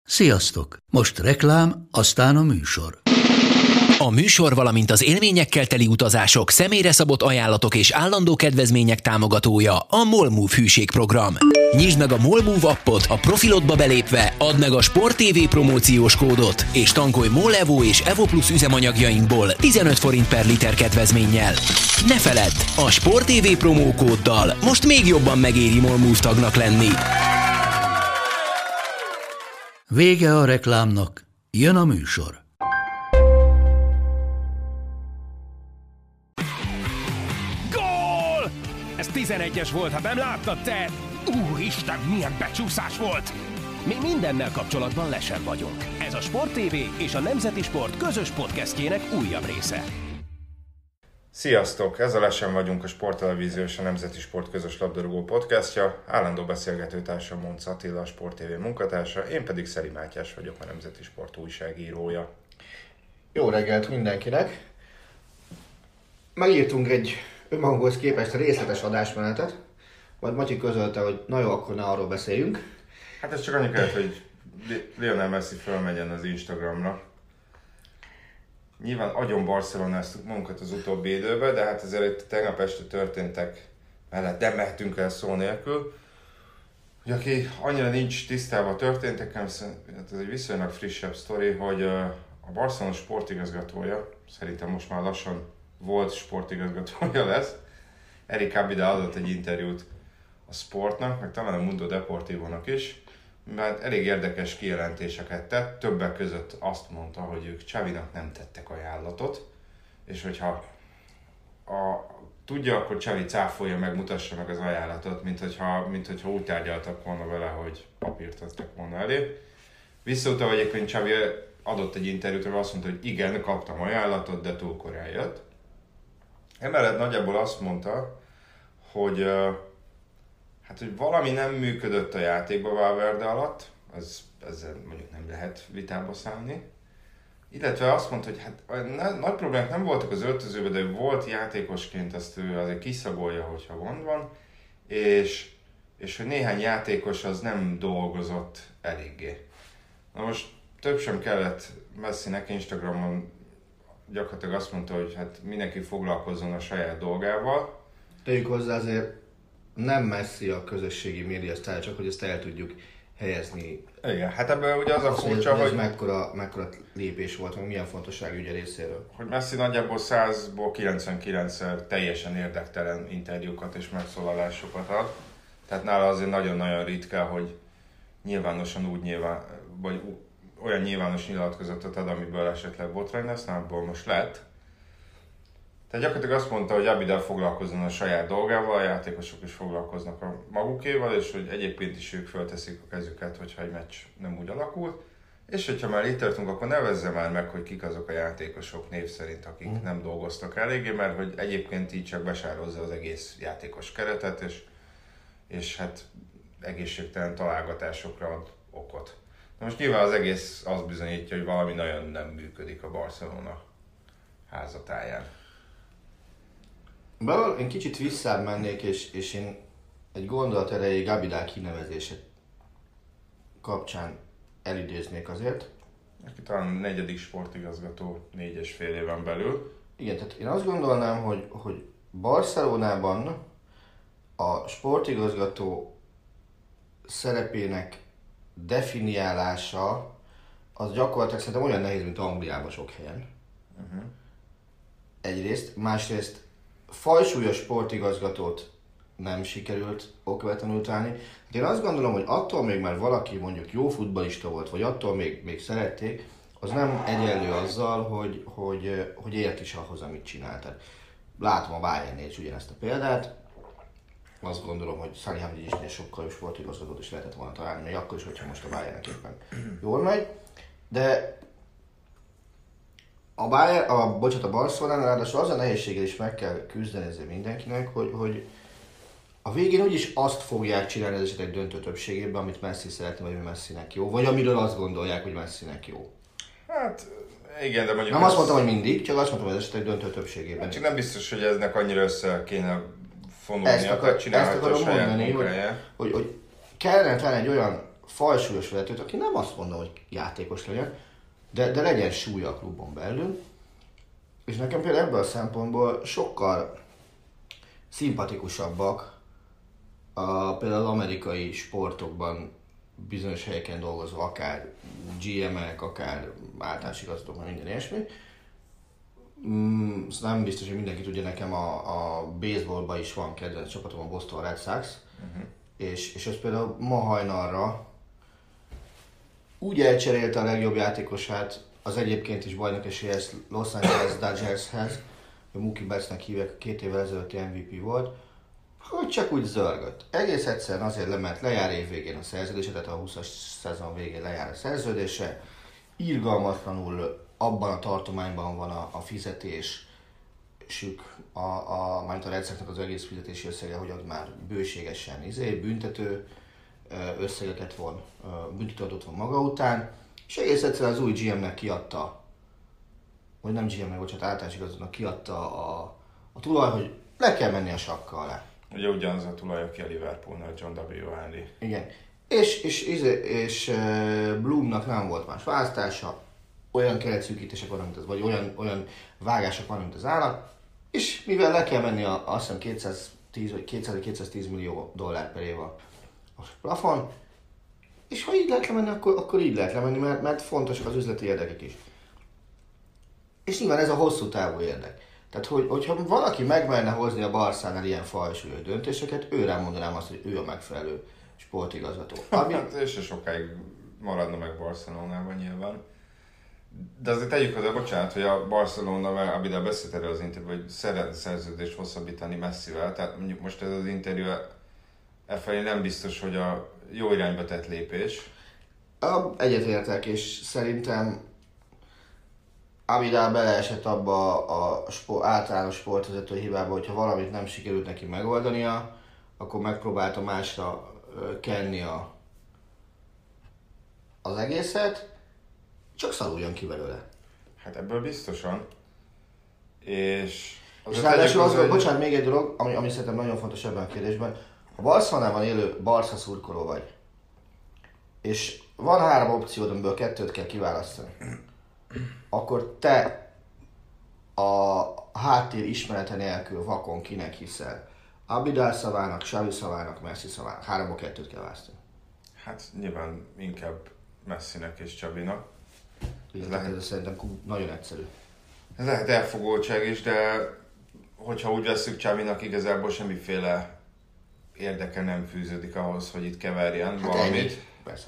Sziasztok! Most reklám, aztán a műsor. A műsor, valamint az élményekkel teli utazások, személyre szabott ajánlatok és állandó kedvezmények támogatója a MOL Move hűségprogram. Nyisd meg a MOL Move appot, a profilodba belépve, add meg a Sport TV promóciós kódot, és tankolj MOL Evo és Evo Plus üzemanyagjainkból 15 forint per liter kedvezménnyel. Ne feledd, a Sport TV promókóddal most még jobban megéri MOL Move tagnak lenni. Vége a reklámnak, jön a műsor. Gól! Ez 11-es volt, ha nem láttad te! Úristen, milyen becsúszás volt! Mi mindennel kapcsolatban lesen vagyunk. Ez a Sport TV és a Nemzeti Sport közös podcastjének újabb része. Sziasztok! Ez a Lesen vagyunk, a Sporttelevízió és a Nemzeti Sport közös labdarúgó podcastja. Állandó beszélgetőtársam Monc Attila, a Sport TV munkatársa, én pedig Szeri Mátyás vagyok, a Nemzeti Sport újságírója. Jó reggelt mindenkinek! Megírtunk egy önmagunkhoz képest részletes adásmenetet, majd Matyi közölte, hogy na jó, akkor ne arról beszéljünk. Hát ez csak annyi kellett, hogy Lionel Messi fölmegyen az Instagramra. Nyilván agyon barcelonáztuk magunkat az utóbbi időben, de hát azért tegnap este történtek mellett nem mehetünk el szó nélkül. Hogy aki annyira nincs tisztában történtekkel, ez egy viszonylag frissebb sztori, hogy a Barcelona sportigazgatója, szerintem most már lassan volt sportigazgatója lesz, Eric Abidal adott egy interjút a Sportnak, meg talán a Mundo Deportivo-nak is, mert elég érdekes kijelentéseket tett, többek között azt mondta, hogy ők Xavinak nem tettek ajánlatot, és hogyha tudja, akkor Xavi cáfolja meg, mutassa meg az ajánlatot, mint hogyha úgy tárgyaltak volna vele, hogy papírt tettek volna elé. Visszautalva egyébként Xavi adott egy interjút, ahol azt mondta, hogy igen, kaptam ajánlatot, de túl korán jött. Emellett nagyjából azt mondta, hogy hogy valami nem működött a játékban Valverde alatt, ezzel mondjuk nem lehet vitába szállni. Illetve azt mondta, hogy nagy problémák nem voltak az öltözőben, de volt játékosként, ezt ő azért kiszagolja, hogyha gond van, és hogy néhány játékos az nem dolgozott eléggé. Na most több sem kellett Messinek, Instagramon gyakorlatilag azt mondta, hogy hát mindenki foglalkozzon a saját dolgával. Tegyük hozzá, azért nem Messi a közösségi média sztár, csak hogy ezt el tudjuk helyezni. Igen, hát ebben ugye az a furcsa, hogy mekkora lépés volt, meg milyen fontosságú ügy a részéről. Hogy Messi nagyjából 100-ból 99-szer teljesen érdektelen interjúkat és megszólalásokat ad. Tehát nála azért nagyon-nagyon ritka, hogy nyilvánosan vagy olyan nyilvános nyilatkozatot ad, amiből esetleg botrány lesz, nából most lett. Tehát gyakorlatilag azt mondta, hogy Abidal foglalkozzon a saját dolgával, a játékosok is foglalkoznak a magukéval, és hogy egyébként is ők fölteszik a kezüket, hogyha egy meccs nem úgy alakul. És hogyha már itt tartunk, akkor nevezze már meg, hogy kik azok a játékosok név szerint, akik nem dolgoztak eléggé, mert hogy egyébként így csak besározza az egész játékos keretet, és hát egészségtelen találgatásokra ad okot. Na most nyilván az egész azt bizonyítja, hogy valami nagyon nem működik a Barcelona házatáján. Én kicsit visszább mennék, és én egy gondolat erejéig Abidal kinevezése kapcsán elidéznék azért. Aki talán 4. sportigazgató 4,5 éven belül. Igen, tehát én azt gondolnám, hogy Barcelonában a sportigazgató szerepének definiálása az gyakorlatilag szerintem olyan nehéz, mint Angliában sok helyen. Egyrészt, másrészt fajsúlyos sportigazgatót nem sikerült okvetlenül találni. Hát én azt gondolom, hogy attól még már valaki mondjuk jó futballista volt, vagy attól még szerették, az nem egyenlő azzal, hogy ért is ahhoz, amit csinált. Tehát látom a Bayernnél is ugyanezt a példát. Azt gondolom, hogy Salihamidzsicsnél sokkal jobb sportigazgatót is lehetett volna találni, még akkor is, hogyha most a Bayernnek éppen jól megy. De a Barcelonánál ráadásul az a nehézséggel is meg kell küzdeni ezzel mindenkinek, hogy a végén úgyis azt fogják csinálni az esetek döntő többségében, amit Messi szeretne, vagy Messinek jó, vagy amiről azt gondolják, hogy Messinek jó. Hát igen, de mondjuk... Nem azt mondtam, hogy mindig, csak azt mondtam, hogy az esetek döntő többségében. Hát csak nem biztos, hogy eznek annyira össze kéne fonulnia, ezt akarom mondani, hogy kellene talán egy olyan fajsúlyos vezetőt, aki nem azt mondom, hogy játékos legyen, de legyen súlya a klubon belül. És nekem például ebből a szempontból sokkal szimpatikusabbak például az amerikai sportokban bizonyos helyeken dolgozva, akár GM-ek, akár általános igazgatók, minden ilyesmi. Nem biztos, hogy mindenki tudja, nekem a baseballban is van kedvenc csapatom, a Boston Red Sox, és ez például ma hajnalra úgy elcserélte a legjobb játékosát az egyébként is bajnok esélyes Los Angeles Dodgershez, hogy Mookie Bettsnek hívják, 2 évvel ezelőtti MVP volt, hogy csak úgy zörgött. Egész egyszerűen azért mert lejár évvégén a szerződése, tehát a 20-as szezon végén lejár a szerződése, irgalmatlanul abban a tartományban van a fizetésük, mármint a Red Soxnak az egész fizetési összege, hogy az már bőségesen büntető összegeket von, büntetőadót von maga után, és egész egyszerűen az új GM-nek kiadta, vagy nem GM-nek, bocsánat, általános igazgatónak kiadta a tulaj, hogy le kell menni a sakka alá. Ugye ugyanaz a tulaj, aki a Liverpoolnál, John W. Henry. Igen. És Bloomnak nem volt más választása, olyan keretszűkítések vannak, mint az, vagy olyan vágások vannak, mint az állat, és mivel le kell menni azt hiszem 210 vagy 210 millió dollár per év a plafon, és ha így lehet lemenni, akkor így lehet lemenni, mert fontosak az üzleti érdekek is. És nyilván ez a hosszú távú érdek. Tehát, hogyha valaki megmerne hozni a Barszánál ilyen fajsúlyos döntéseket, őre mondanám azt, hogy ő a megfelelő sportigazgató. Hát, és se sokáig maradna meg Barcelonában nyilván. De azért tegyük hozzá, bocsánat, hogy a Barcelona, mert Abidal beszélt erről az interjú, hogy szeretne szerződést hosszabbítani Messivel, tehát mondjuk most ez az interjú felé nem biztos, hogy a jó irányba tett lépés. Egyetértek, és szerintem Abidal beleesett abba általános sportvezető hibába, hogyha valamit nem sikerült neki megoldania, akkor megpróbálta másra kenni az egészet, csak szaruljon ki belőle. Hát ebből biztosan. És ráadásul az, bocsánat, még egy dolog, ami szerintem nagyon fontos ebben a kérdésben. Ha Barcelonában élő Barca szurkoló vagy, és van 3 opciód, amiből 2-t kell kiválasztani, akkor te a háttér ismerete nélkül vakon kinek hiszel? Abidal szavának, Xavi szavának, Messi szavának. 3-ból 2-t kell választani. Hát nyilván inkább Messinek és Xavinak. Ez szerintem nagyon egyszerű. Ez lehet elfogoltság is, de hogyha úgy veszük, Xavinak igazából semmiféle érdeke nem fűződik ahhoz, hogy itt keverjen hát valamit. Ennyi. Persze.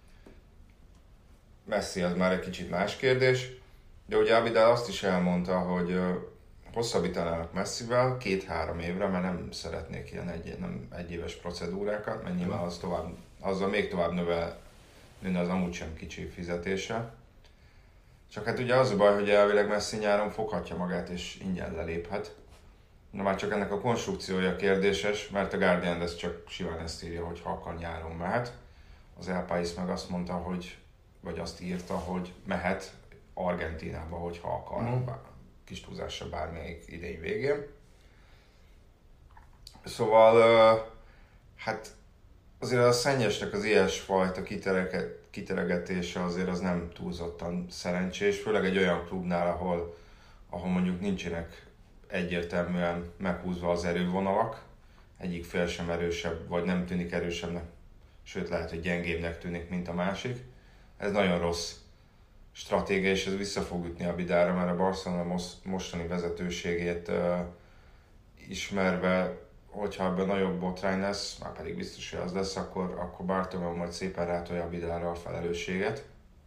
Messi az már egy kicsit más kérdés, de ugye Abidal azt is elmondta, hogy hosszabbítanának Messivel 2-3 évre, mert nem szeretnék ilyen egyéves procedúrákat, mert nyilván azzal még tovább nőne az amúgy sem kicsi fizetése. Csak hát ugye az a baj, hogy elvileg Messi nyáron foghatja magát és ingyen leléphet. Na már csak ennek a konstrukciója kérdéses, mert a Guardian ez csak simán ezt írja, hogy ha akar nyáron mehet. Az El País meg azt mondta, vagy azt írta, hogy mehet Argentínába, hogyha akar, kis túlzással bármelyik idény végén. Szóval, hát azért a szennyesnek az ilyesfajta kiteregetése azért az nem túlzottan szerencsés, főleg egy olyan klubnál, ahol mondjuk nincsenek egyértelműen meghúzva az erővonalak, egyik fél sem erősebb, vagy nem tűnik erősebbnek, sőt lehet, hogy gyengébbnek tűnik, mint a másik. Ez nagyon rossz stratégia, és ez vissza fog ütni Abidalra, mert a Barcelona mostani vezetőségét ismerve, hogyha ebben nagyobb botrány lesz, már pedig biztos, hogy az lesz, akkor Bartomeu majd szépen rátolja Abidalra a felelősséget,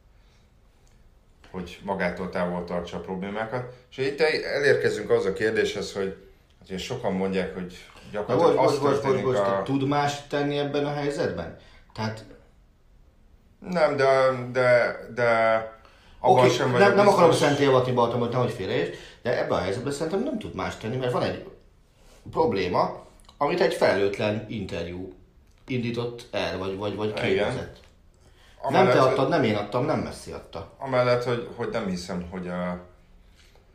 hogy magától távol tartsa a problémákat. És itt elérkezünk az a kérdéshez, hogy sokan mondják, hogy gyakorlatilag azt történik tud más tenni ebben a helyzetben? Tehát... Nem, de abban sem vagyok nem akarom szentélyevatni Bartomeu, nehogy félreérts, de ebben a helyzetben szerintem nem tud más tenni, mert van egy probléma, amit egy felelőtlen interjú indított el, vagy kérdezett. Nem te adtad, nem én adtam, nem Messi adta. Amellett, hogy nem hiszem,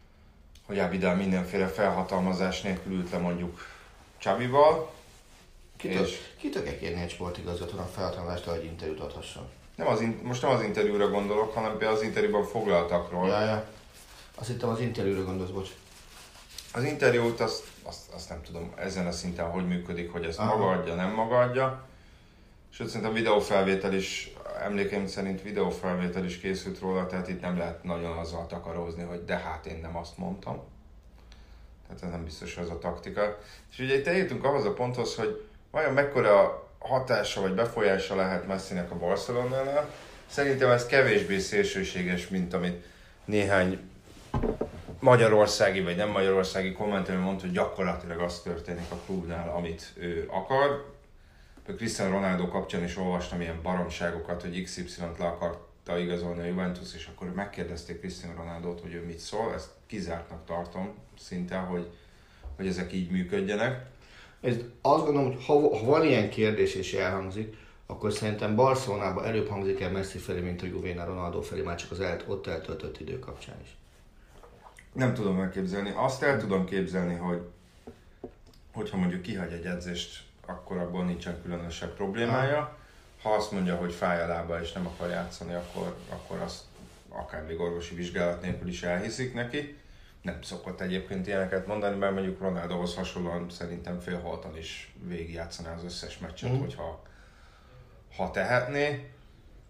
hogy Abidal mindenféle felhatalmazás nélkül ült le mondjuk Xavival, Ki tudják kérni egy sportigazgatónak felhatalmazást, hogy interjút adhasson? Most nem az interjúra gondolok, hanem például az interjúban foglaltakról. Ja. Azt hittem az interjúra gondolsz, bocs. Az interjút azt nem tudom ezen a szinten, hogy működik, hogy ezt magadja, nem magadja. Sőt, szerintem videófelvétel is, emlékeim szerint videófelvétel is készült róla, tehát itt nem lehet nagyon azzal takarózni, hogy de hát én nem azt mondtam. Tehát ez nem biztos, hogy ez a taktika. És ugye itt eljutunk ahhoz a ponthoz, hogy vajon mekkora hatása vagy befolyása lehet Messinek a Barcelonánál. Szerintem ez kevésbé szélsőséges, mint amit néhány magyarországi vagy nem magyarországi kommentelő mondta, hogy gyakorlatilag az történik a klubnál, amit ő akar. Cristiano Ronaldo kapcsán is olvastam ilyen baromságokat, hogy XY-t le akarta igazolni a Juventus, és akkor megkérdezték Cristiano Ronaldót, hogy ő mit szól. Ezt kizártnak tartom szinte, hogy ezek így működjenek. Azt gondolom, hogy ha van ilyen kérdés és elhangzik, akkor szerintem Barcelonában előbb hangzik el Messi felé, mint a Juvénál Ronaldo felé, már csak az ott eltöltött idő kapcsán is. Nem tudom elképzelni. Azt el tudom képzelni, hogyha mondjuk kihagy egy edzést, akkor abból nincsen különösebb problémája. Ha azt mondja, hogy fáj a lába és nem akar játszani, akkor azt akár még orvosi vizsgálat nélkül is elhiszik neki. Nem szokott egyébként ilyeneket mondani, mert mondjuk Ronaldohoz hasonlóan szerintem félholtan is végigjátszaná az összes meccset, hogyha tehetné.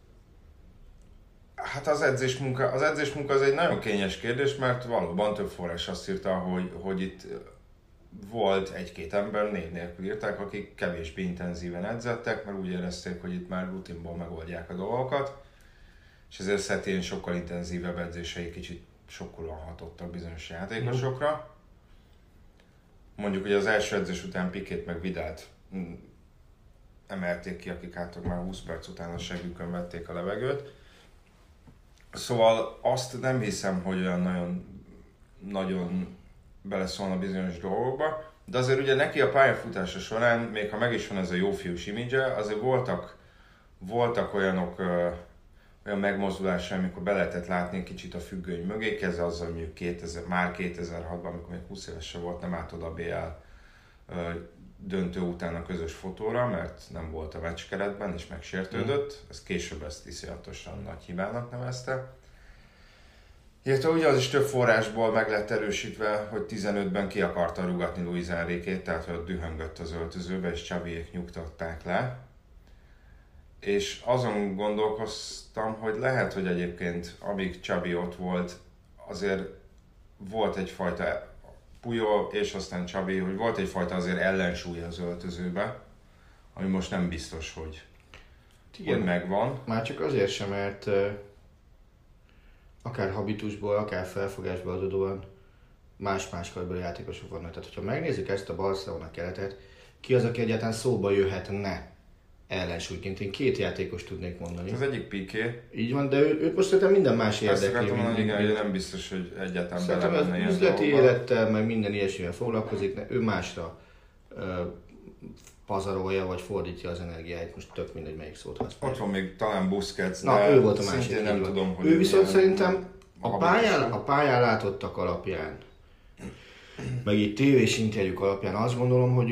Hát az edzésmunka az egy nagyon kényes kérdés, mert valóban több forrás azt írta, hogy itt volt egy-két ember, név nélkül írták, akik kevésbé intenzíven edzettek, mert úgy érezték, hogy itt már rutinból megoldják a dolgokat, és ezért Setien sokkal intenzívebb edzései kicsit sokkolóan hatottak bizonyos játékosokra. Mondjuk, hogy az első edzés után Pikét meg Vidalt emelték ki, akik átok már 20 perc után a segükön vették a levegőt. Szóval azt nem hiszem, hogy olyan nagyon beleszólna bizonyos dolgokba, de azért ugye neki a pályafutása során, még ha meg is van ez a jófiús imidzse, azért voltak olyanok, olyan megmozdulásai, amikor be lehetett látni kicsit a függöny mögé, kezdve azzal, hogy mondjuk már 2006-ban, amikor még 20 éves se volt, nem állt oda BL döntő után a közös fotóra, mert nem volt a meccskeretben és megsértődött. Ez később ezt iszonyatosan nagy hibának nevezte. Illetve ugye az is több forrásból meg lett erősítve, hogy 15-ben ki akarta rúgatni Luis Enriquét, tehát hogy dühöngött az öltözőbe, és Xaviék nyugtatták le. És azon gondolkoztam, hogy lehet, hogy egyébként amíg Xavi ott volt, azért volt egyfajta Puyol és aztán Xavi, hogy volt egyfajta azért ellensúly az öltözőbe, ami most nem biztos, hogy megvan. Már csak azért sem, mert akár habitusból, akár felfogásból adódóan más-más karbeli játékosok vannak. Tehát, hogyha megnézzük ezt a Barcelona keretet, ki az, aki egyáltalán szóba jöhetne ellensúlyként? Én két játékos tudnék mondani. Az egyik Piqué. Így van, de őt most szerintem minden más érdekli. Igen, nem biztos, hogy egyáltalán bele menne ilyen üzleti élettel, meg minden ilyesmivel foglalkozik, ő másra pazarolja, vagy fordítja az energiáit, most tök mindegy, melyik szót használ. Ott van még talán Busquets, de ő volt a másik. Nem tudom, hogy ő viszont szerintem a pályán látottak alapján, meg így tévés interjúk alapján azt gondolom, hogy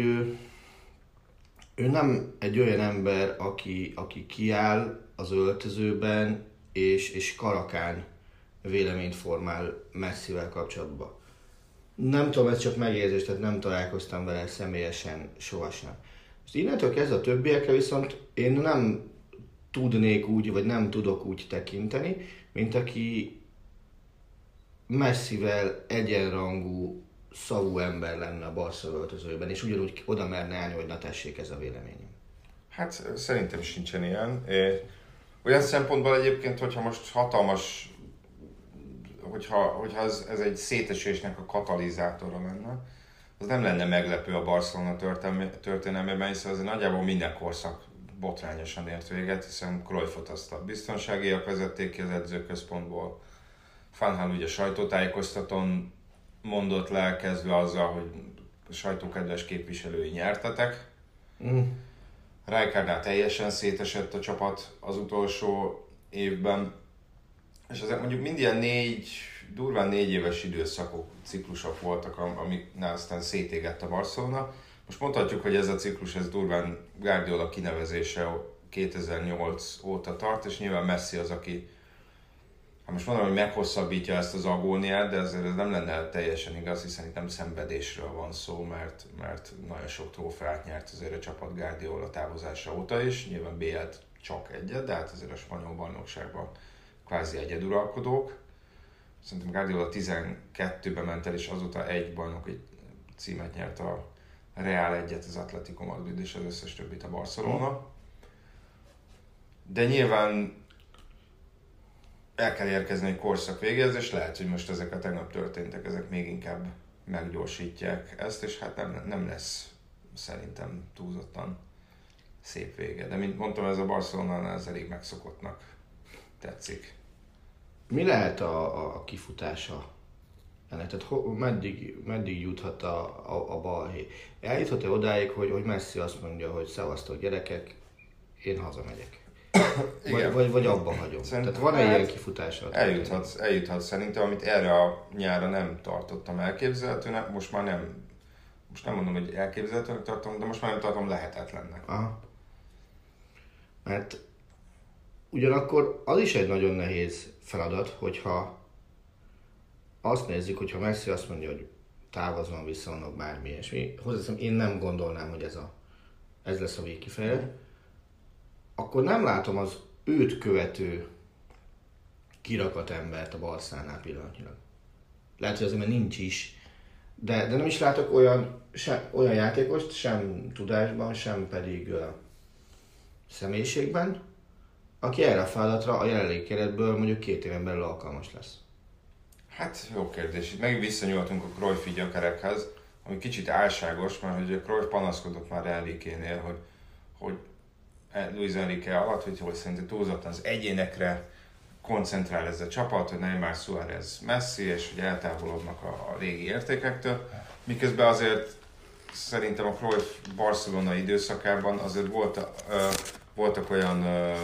ő nem egy olyan ember, aki kiáll az öltözőben és karakán véleményt formál Messivel kapcsolatban. Nem tudom, ez csak megérzés, tehát nem találkoztam vele személyesen sohasem. Most innentől kezdve a többiekre viszont én nem tudnék úgy, vagy nem tudok úgy tekinteni, mint aki Messivel egyenrangú szavú ember lenne a Barca öltözőben, és ugyanúgy oda merne állni, hogy na tessék, ez a véleményem. Hát szerintem sincsen ilyen. Olyan szempontból egyébként, hogyha most hatalmas, hogyha ez egy szétesésnek a katalizátora lenne, az nem lenne meglepő a Barcelona történelmében, hiszen azért nagyjából minden korszak botrányosan ért véget, hiszen Cruyffot azt a biztonságiak vezették ki az edzőközpontból. Van Gaal ugye sajtótájékoztatón mondott le, kezdve azzal, hogy a sajtókedves képviselői nyertetek. Rijkaardnál teljesen szétesett a csapat az utolsó évben. És ezek mondjuk mind ilyen durván 4 éves időszakok, ciklusok voltak, amiknál aztán szétégett a Barcelona. most mondhatjuk, hogy ez a ciklus, ez durván Guardiola kinevezése 2008 óta tart, és nyilván Messi az, aki, hát most mondom, hogy meghosszabbítja ezt az agóniát, de ezért ez nem lenne teljesen igaz, hiszen itt nem szenvedésről van szó, mert nagyon sok trófeát nyert azért a csapat Guardiola távozása óta is, nyilván BL-t csak egyet, de hát azért a spanyol bajnokságban kvázi egyeduralkodók. Szerintem Guardiola 12-ben ment el, és azóta egy bajnoki címet nyert, a Real egyet, az Atletico Madrid, és az összes többit a Barcelona. De nyilván el kell érkezni egy korszak végéhez, és lehet, hogy most ezek a tegnap történtek, ezek még inkább meggyorsítják ezt, és hát nem lesz szerintem túlzottan szép vége. De mint mondtam, ez a Barcelonánál ez elég megszokottnak tetszik. Mi lehet a kifutása ennek? Tehát meddig juthat a balhé? Eljuthat-e odáig, hogy Messi azt mondja, hogy szevasztok gyerekek, én hazamegyek? Vagy abba hagyom. Tehát van-e ilyen kifutása? Eljuthat szerintem, amit erre a nyára nem tartottam elképzelhetőnek, most nem mondom, hogy elképzelhetőnek tartom, de most már nem tartom lehetetlennek. Aha. Mert ugyanakkor az is egy nagyon nehéz feladat, hogyha azt nézzük, hogyha Messi azt mondja, hogy távozom, visszavonok bármi ilyesmi, hozzáteszem, én nem gondolnám, hogy ez lesz a végkifejlet, akkor nem látom az őt követő kirakat embert a Barszánál pillanatnyilag. Lehet, hogy azért mert nincs is, de nem is látok olyan játékost, sem tudásban, sem pedig személyiségben, aki erre a feladatra a jelenlegi keretből mondjuk 2 éven belül alkalmas lesz. Hát jó kérdés. Itt megint visszanyúltunk a Cruyffi gyökerekhez, ami kicsit álságos, mert hogy a Cruyff panaszkodott már Enrique-nél, hogy Luis Enrique alatt, hogy szerintem túlzottan az egyénekre koncentrál ez a csapat, hogy Neymar, Suárez, Messi, és hogy eltávolodnak a régi értékektől. Miközben azért szerintem a Cruyff Barcelona időszakában azért voltak olyan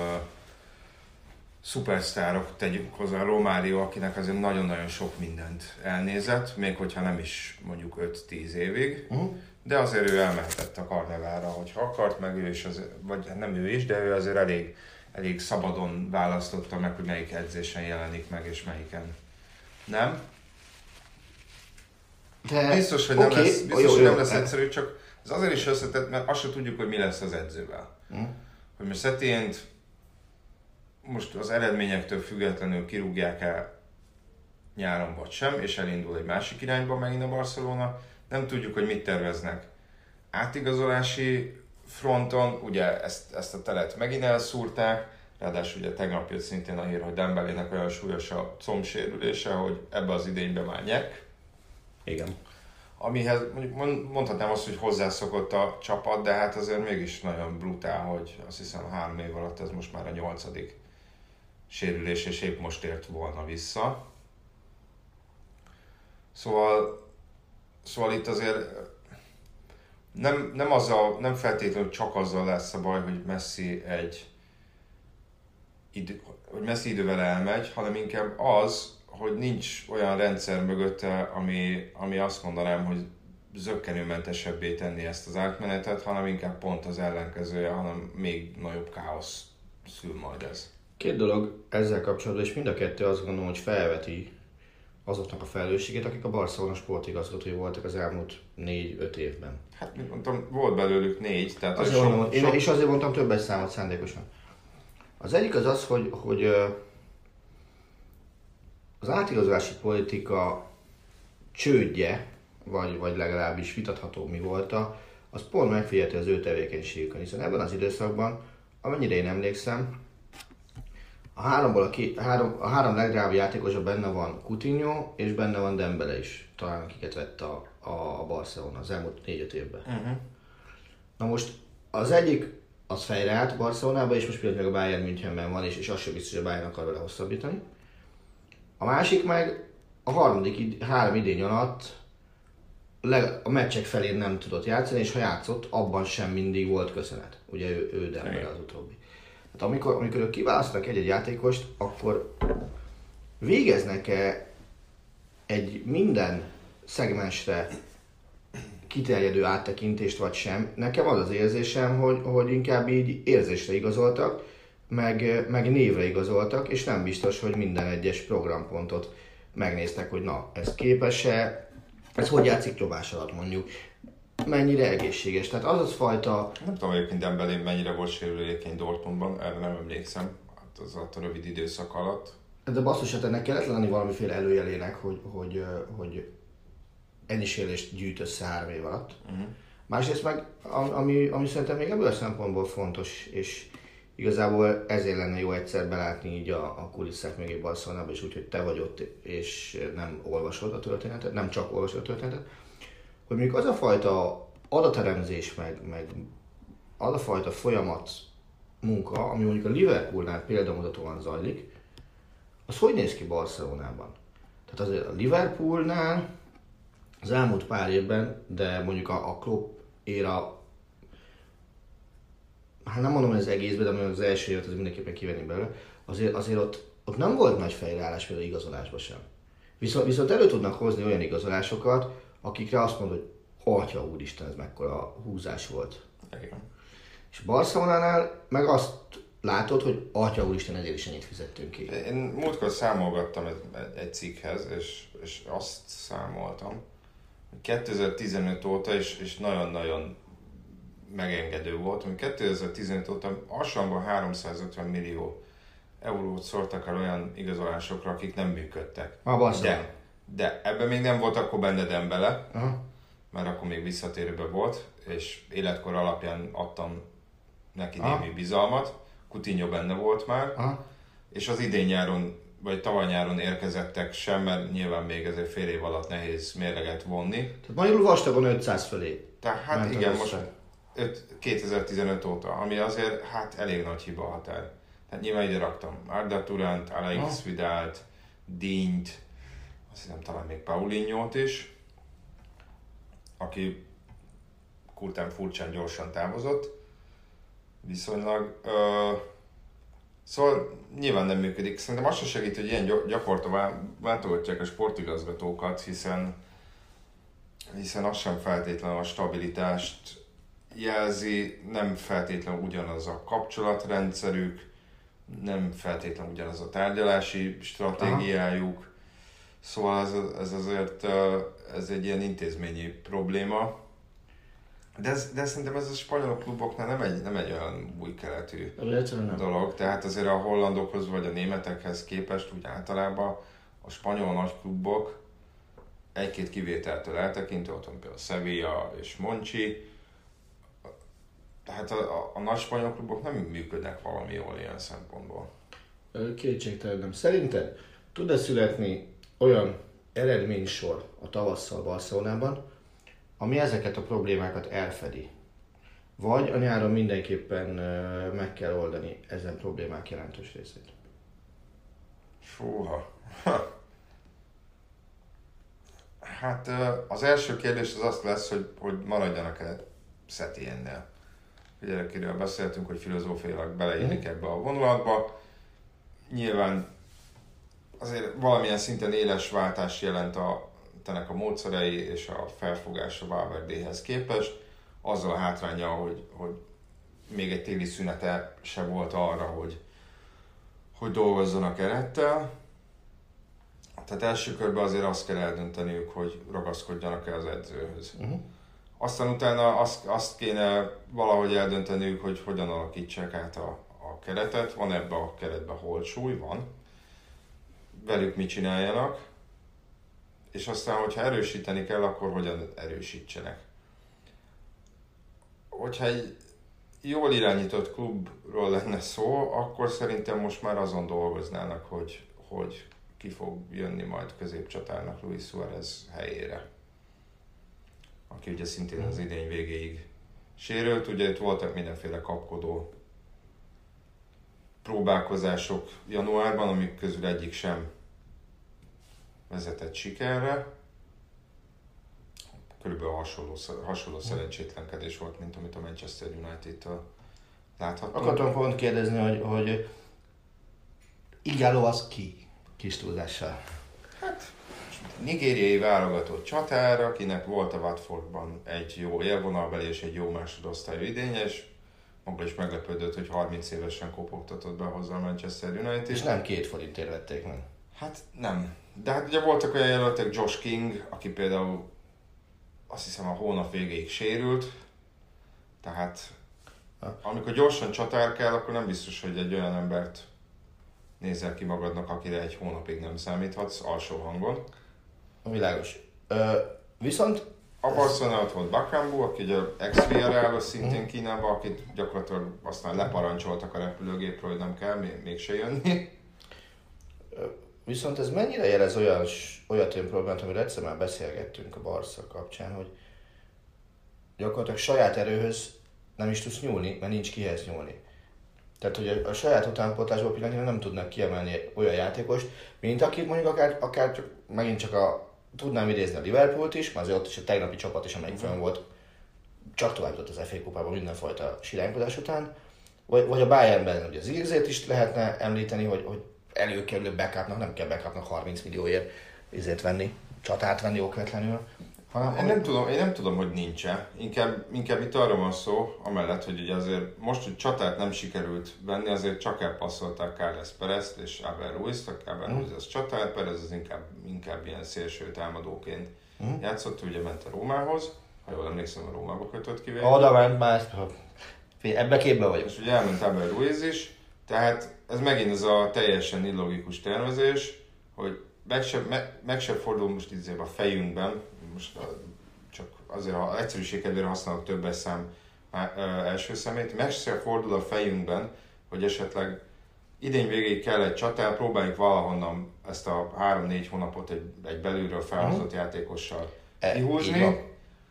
szupersztárok, tegyük hozzá Romário, akinek azért nagyon-nagyon sok mindent elnézett, még hogyha nem is mondjuk 5-10 évig, de azért ő elmehetett a karneválra, hogyha akart, meg ő is, vagy nem ő is, de ő azért elég szabadon választotta meg, hogy melyik edzésen jelenik meg, és melyiken nem. De biztos, hogy nem lesz egyszerű, csak ez azért is összetett, mert azt sem tudjuk, hogy mi lesz az edzővel. Hogy most Setient most az eredményektől függetlenül kirúgják el nyáron vagy sem, és elindul egy másik irányba megint a Barcelona. Nem tudjuk, hogy mit terveznek. Átigazolási fronton, ugye ezt a telet megint elszúrták, ráadásul ugye tegnap jött szintén a hír, hogy Dembelének olyan súlyos a combsérülése, hogy ebbe az idénybe már nyek. Igen. Amihez mondjuk mondhatnám azt, hogy hozzászokott a csapat, de hát azért mégis nagyon brutál, hogy azt hiszem 3 év alatt ez most már a 8. sérülés, és épp most ért volna vissza. Szóval itt azért nem feltétlenül csak azzal lesz a baj, hogy Messi idővel elmegy, hanem inkább az, hogy nincs olyan rendszer mögötte, ami azt mondanám, hogy zökkenőmentesebbé tenni ezt az átmenetet, hanem inkább pont az ellenkezője, hanem még nagyobb káosz szül majd ez. 2 dolog ezzel kapcsolatban, és mind a 2 azt gondolom, hogy felveti azoknak a felelősségét, akik a Barcelona sportigazgatói voltak az elmúlt 4-5 évben. Hát, mint mondtam, volt belőlük 4, tehát és azért mondtam többes számot szándékosan. Az egyik az, hogy az átigazolási politika csődje, vagy legalábbis vitatható mi volt, az pont megfigyelti az ő tevékenységükön, hiszen ebben az időszakban, amennyire én emlékszem, a 3 legdrágább játékosban benne van Coutinho, és benne van Dembele is, talán akiket vett a Barcelona az elmúlt 4-5 évben. Na most az egyik az fejre állt Barcelonába, és most például a Bayern Münchenben van, és az sem biztos, hogy a Bayern akar vele hosszabbítani. A másik meg a 3 idény alatt a meccsek felén nem tudott játszani, és ha játszott, abban sem mindig volt köszönet. Ugye ő Dembele az utóbbi. Hát amikor ők kiválasztanak egy játékost, akkor végeznek-e egy minden szegmensre kiterjedő áttekintést vagy sem. Nekem az az érzésem, hogy inkább így érzésre igazoltak, meg névre igazoltak, és nem biztos, hogy minden egyes programpontot megnéztek, hogy na, ez képes-e, ez hogy játszik nyomás alatt mondjuk, mennyire egészséges. Tehát az fajta... Nem tudom egyébként Dembélé mennyire volt sérülékeny Dortmundban, erre nem emlékszem, hát az a rövid időszak alatt. De basszus, hát ennek kellett lenni valamiféle előjelének, hogy ennyi sérülést gyűjt össze 3 év alatt. Másrészt meg, ami szerintem még ebből a szempontból fontos, és igazából ezért lenne jó egyszer belátni így a kulisszák mögé Barcelonába, és úgy, hogy te vagy ott, és nem olvasod a történetet, nem csak olvasod a történetet, hogy mondjuk az a fajta adatelemzés, meg az a fajta folyamat munka, ami mondjuk a Liverpoolnál példamutatóan zajlik, az hogy néz ki Barcelonában? Tehát azért a Liverpoolnál az elmúlt pár évben, de mondjuk a Klopp éra, hát nem mondom, hogy az egészben, de az első évet az mindenképpen kivenni belőle, azért ott nem volt nagy fejreállás például igazolásban sem. Viszont elő tudnak hozni olyan igazolásokat, akikre azt mondod, hogy atya úristen, ez mekkora húzás volt. Igen. És Barcelonánál meg azt látod, hogy atya úristen, ezért is ennyit fizettünk ki. Én múltkor számolgattam egy cikkhez, és azt számoltam, hogy 2015 óta, és nagyon-nagyon megengedő volt, hogy 2015 óta hasonlóan 350 millió eurót szórtak el olyan igazolásokra, akik nem működtek. De ebben még nem volt akkor benne Dembele, mert akkor még visszatérőben volt, és életkor alapján adtam neki némi bizalmat. Coutinho benne volt már, és az idén nyáron, vagy tavaly nyáron érkezettek sem, mert nyilván még ezért fél év alatt nehéz mérleget vonni. Tehát magyarul vastagon 500 fölé. Tehát igen, most 2015 óta, ami azért hát elég nagy hiba határ. Tehát nyilván ide raktam Arda Turant, Alex Vidalt, Dínyt, azt hiszem talán még Paulinho-t is, aki kurtán furcsán gyorsan távozott. Viszonylag. Szóval nyilván nem működik. Szerintem az sem segít, hogy ilyen gyakorta váltogatják a sportigazgatókat, hiszen az sem feltétlenül a stabilitást jelzi, nem feltétlenül ugyanaz a kapcsolatrendszerük, nem feltétlenül ugyanaz a tárgyalási stratégiájuk. Szóval ez azért ez egy ilyen intézményi probléma. De szerintem ez a spanyol kluboknál nem egy olyan új keletű dolog. Tehát azért a hollandokhoz vagy a németekhez képest úgy általában a spanyol nagy klubok egy-két kivételtől eltekintve, ott van például Sevilla és Monchi, tehát a nagy spanyol klubok nem működnek valami jól ilyen szempontból. Kétségtelen nem. Szerinted tud-e születni olyan eredménysor a tavasszal Barcelonában, ami ezeket a problémákat elfedi? Vagy a nyáron mindenképpen meg kell oldani ezen problémák jelentős részét? Fúha. Hát az első kérdés az lesz, hogy maradjanak-e Setiénnél. Ugye akiről beszéltünk, hogy filozófiailag beleillik ebbe a vonulatba. Nyilván azért valamilyen szinten éles váltás jelent ennek a módszerei és a felfogása Valverdéhez képest. Azzal a hátránya, hogy még egy téli szünete se volt arra, hogy dolgozzanak kerettel. Tehát első körben azért azt kell eldönteniük, hogy ragaszkodjanak-e az edzőhöz. Aztán utána azt kéne valahogy eldönteniük, hogy hogyan alakítsák át a keretet. Van ebbe a keretben holtsúly, van. Velük mit csináljanak. És aztán, hogyha erősíteni kell, akkor hogyan erősítsenek. Hogyha egy jól irányított klubról lenne szó, akkor szerintem most már azon dolgoznának, hogy ki fog jönni majd középcsatárnak Luis Suárez helyére. Aki ugye szintén az idény végéig sérült. Ugye itt voltak mindenféle kapkodó próbálkozások januárban, amik közül egyik sem vezetett sikerre. Körülbelül hasonló szerencsétlenkedés volt, mint amit a Manchester United-től láthattunk. Akartam pont kérdezni, hogy Igalo az ki? Kis túlzással. Hát, most nigériai válogatott csatár, akinek volt a Watfordban egy jó élvonalbeli és egy jó másodosztályú idényes, maga is meglepődött, hogy 30 évesen kopogtatott be hozzá a Manchester United. És nem 2 forintért vették meg. Hát nem. De hát ugye voltak olyan jelöltek, Josh King, aki például azt hiszem a hónap végéig sérült, tehát amikor gyorsan csatár kell, akkor nem biztos, hogy egy olyan embert nézel ki magadnak, akire egy hónapig nem számíthatsz alsó hangon. Világos. Viszont A Barcelona volt Bakambu, aki ugye ex-Villarreal szintén Kínában, akit gyakorlatilag aztán leparancsoltak a repülőgépről, hogy nem kell mégse jönni. Viszont ez mennyire jelez olyat olyan problémát, amiről egyszer már beszélgettünk a Barca kapcsán, hogy gyakorlatilag saját erőhöz nem is tudsz nyúlni, mert nincs kihez nyúlni. Tehát, hogy a saját utánpótlásból pillanatnyilag nem tudnak kiemelni olyan játékost, mint akit mondjuk akár csak, megint csak tudnám idézni a Liverpoolt is, mert azért ott is a tegnapi csapat is, amelyik fönn volt, csak tovább jutott az FA kupában mindenfajta siránykodás után. Vagy a Bayernben ugye az Zirkzét is lehetne említeni, hogy előkerülő backupnak nem kell backupnak 30 millióért venni, csatát venni okvetlenül. Én nem tudom, hogy nincs-e. Inkább itt arra van szó, amellett, hogy ugye azért most, hogy csatát nem sikerült venni, azért csak elpasszolták Carles Perezt és Abel Ruizt. Abel Ruiz az csatár, Perez az inkább ilyen szélső támadóként játszott, ugye ment a Rómához. Ha jól emlékszem, a Rómába kötött ki végül. Oda ment már, ebbe képben vagyok. És ugye elment Abel Ruiz is, tehát ez megint az a teljesen illogikus tervezés, hogy meg sem fordul most így a fejünkben, most csak azért a egyszerűség kedvére használok többes szám első szemét, meg sem fordul a fejünkben, hogy esetleg idény végéig kell egy csatár, próbáljuk valahonnan ezt a 3-4 hónapot egy belülről felhozott játékossal kihúzni.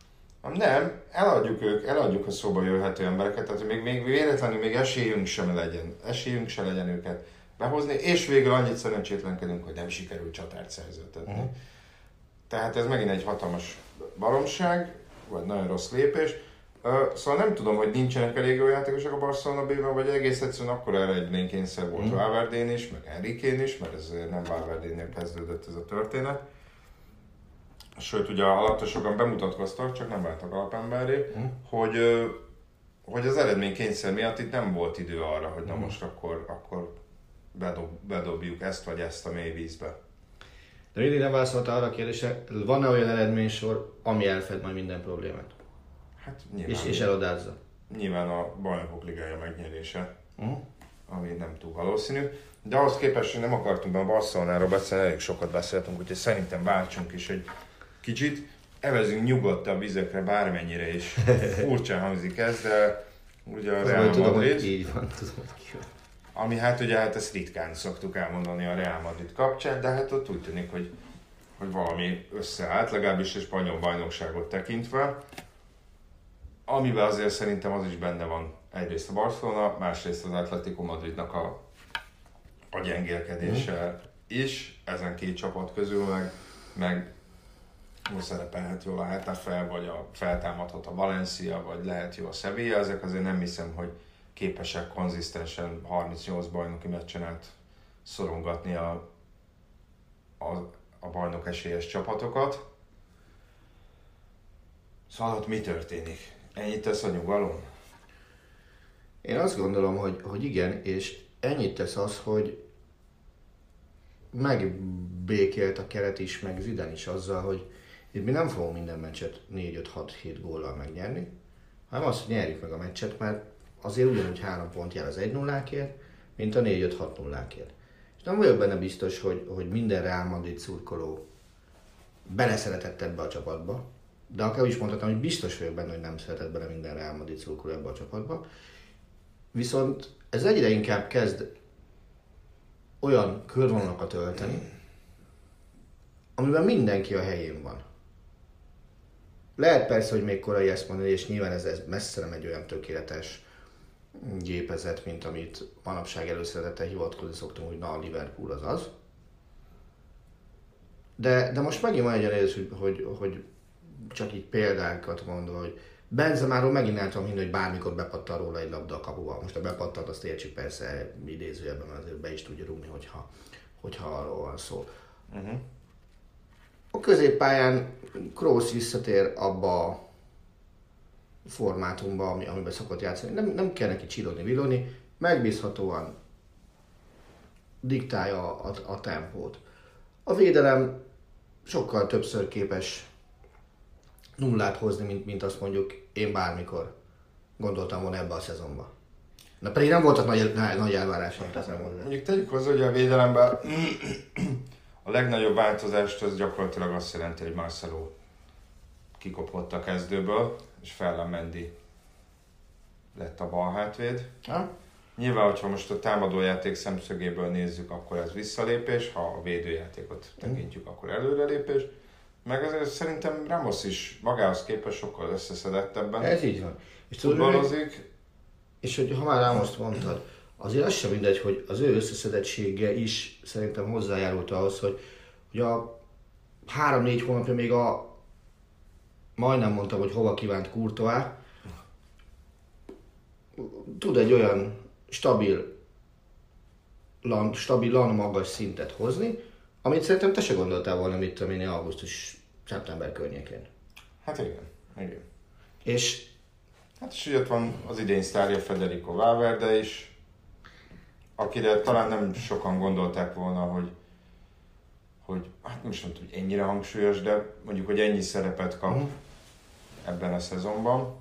Nem, eladjuk a szóba jöhető embereket, tehát még véletlenül még esélyünk sem legyen őket behozni, és végül annyit szerencsétlenkedünk, hogy nem sikerült csatárt szerződtetni. Tehát ez megint egy hatalmas baromság, vagy nagyon rossz lépés. Szóval nem tudom, hogy nincsenek elég jó játékosok a Barcelona B-ben, vagy egész egyszerűen akkor eredménykényszer volt Valverdén is, meg Enriquén is, mert ez nem Valverdénél kezdődött ez a történet. Sőt, ugye alatta sokan bemutatkoztak, csak nem váltak alapemberré, hogy az eredménykényszer miatt itt nem volt idő arra, hogy na most akkor bedobjuk ezt vagy ezt a mély vízbe. De mindig nem válaszolta arra a kérdésre, van-e olyan eredménysor, ami elfed majd minden problémát? Hát nyilván. És elodázza. Nyilván a Bajnokok Ligája megnyerése, ami nem túl valószínű. De ahhoz képest, hogy nem akartunk a Barcelonáról beszélni, elég sokat beszéltünk, úgyhogy szerintem váltsunk is egy kicsit. Evezünk nyugodtabb vizekre, bármennyire is furcsán hangzik ez, de ugye a Real Madrid... Madrid... Tudom, így van, tudom, hogy ami ugye ezt ritkán szoktuk elmondani a Real Madrid kapcsán, de hát ott úgy tűnik, hogy valami összeállt, legalábbis a spanyol bajnokságot tekintve, amiben azért szerintem az is benne van egyrészt a Barcelona, másrészt az Atletico Madridnak a gyengélkedése is, ezen két csapat közül meg most szerepelhet jól a Getafe, vagy feltámadhat a Valencia, vagy lehet jó a Sevilla, ezek azért nem hiszem, hogy képesek konzisztensen 38 bajnoki meccsen át szorongatni a bajnok esélyes csapatokat. Szóval ott mi történik? Ennyit tesz a nyugalom? Én azt gondolom, hogy igen, és ennyit tesz az, hogy megbékélt a keret is, meg Zidane is azzal, hogy itt mi nem fogunk minden meccset 4-5-6-7 góllal megnyerni, hanem azt, hogy nyerjük meg a meccset, mert azért ugyanúgy 3 pont jár az 1-0-kért, mint a 4-5-6-0-kért. És nem vagyok benne biztos, hogy minden Real Madrid szurkoló beleszeretett ebbe a csapatba, de akár is mondhatom, hogy biztos vagyok benne, hogy nem szeretett bele minden Real Madrid szurkoló ebbe a csapatba. Viszont ez egyre inkább kezd olyan körvonalakat ölteni, amiben mindenki a helyén van. Lehet persze, hogy még korai ezt mondani, és nyilván ez messze nem egy olyan tökéletes gépezet, mint amit manapság előszeretettel hivatkozni szoktunk, hogy na a Liverpool az. De most megint van egy olyan hogy csak így példákat mondva, hogy Benzemáról megint el tudom hinni, hogy bármikor bepattan róla egy labda a kapuba. Most a bepattant azt értsük persze idézőjelben, azért be is tudja rúgni, hogyha arról van szó. A középpályán Kroos visszatér abba a formátumba, amiben szokott játszani. Nem kell neki csillogni-villogni, megbízhatóan diktálja a tempót. A védelem sokkal többször képes nullát hozni, mint azt mondjuk én bármikor gondoltam volna ebbe a szezonban. Na pedig nem voltak nagy elvárásaim, teszem hozzá. Mondjuk tegyük hozzá, hogy a védelemben a legnagyobb változást az gyakorlatilag azt jelenti, hogy Marcelo kikopott a kezdőből, és Ferland Mendy lett a bal hátvéd. Ha? Nyilván, hogyha most a támadójáték szemszögéből nézzük, akkor ez visszalépés, ha a védőjátékot tekintjük, akkor előrelépés. Meg azért szerintem Ramos is magához képest sokkal összeszedettebben. Ez így van. És futballozik. És hogy ha már Ramost mondtad, azért az sem mindegy, hogy az ő összeszedettsége is szerintem hozzájárult ahhoz, hogy a 3-4 hónapja még majdnem mondtam, hogy hova kívánt Courtois, tud egy olyan stabilan magas szintet hozni, amit szerintem te se gondoltál volna, mit tudom én, augusztus-szeptember környékén. Hát igen. És és ott van az idén sztárja Federico Valverde is, akire talán nem sokan gondolták volna, hogy hát nem is mondtam, hogy ennyire hangsúlyos, de mondjuk, hogy ennyi szerepet kap ebben a szezonban.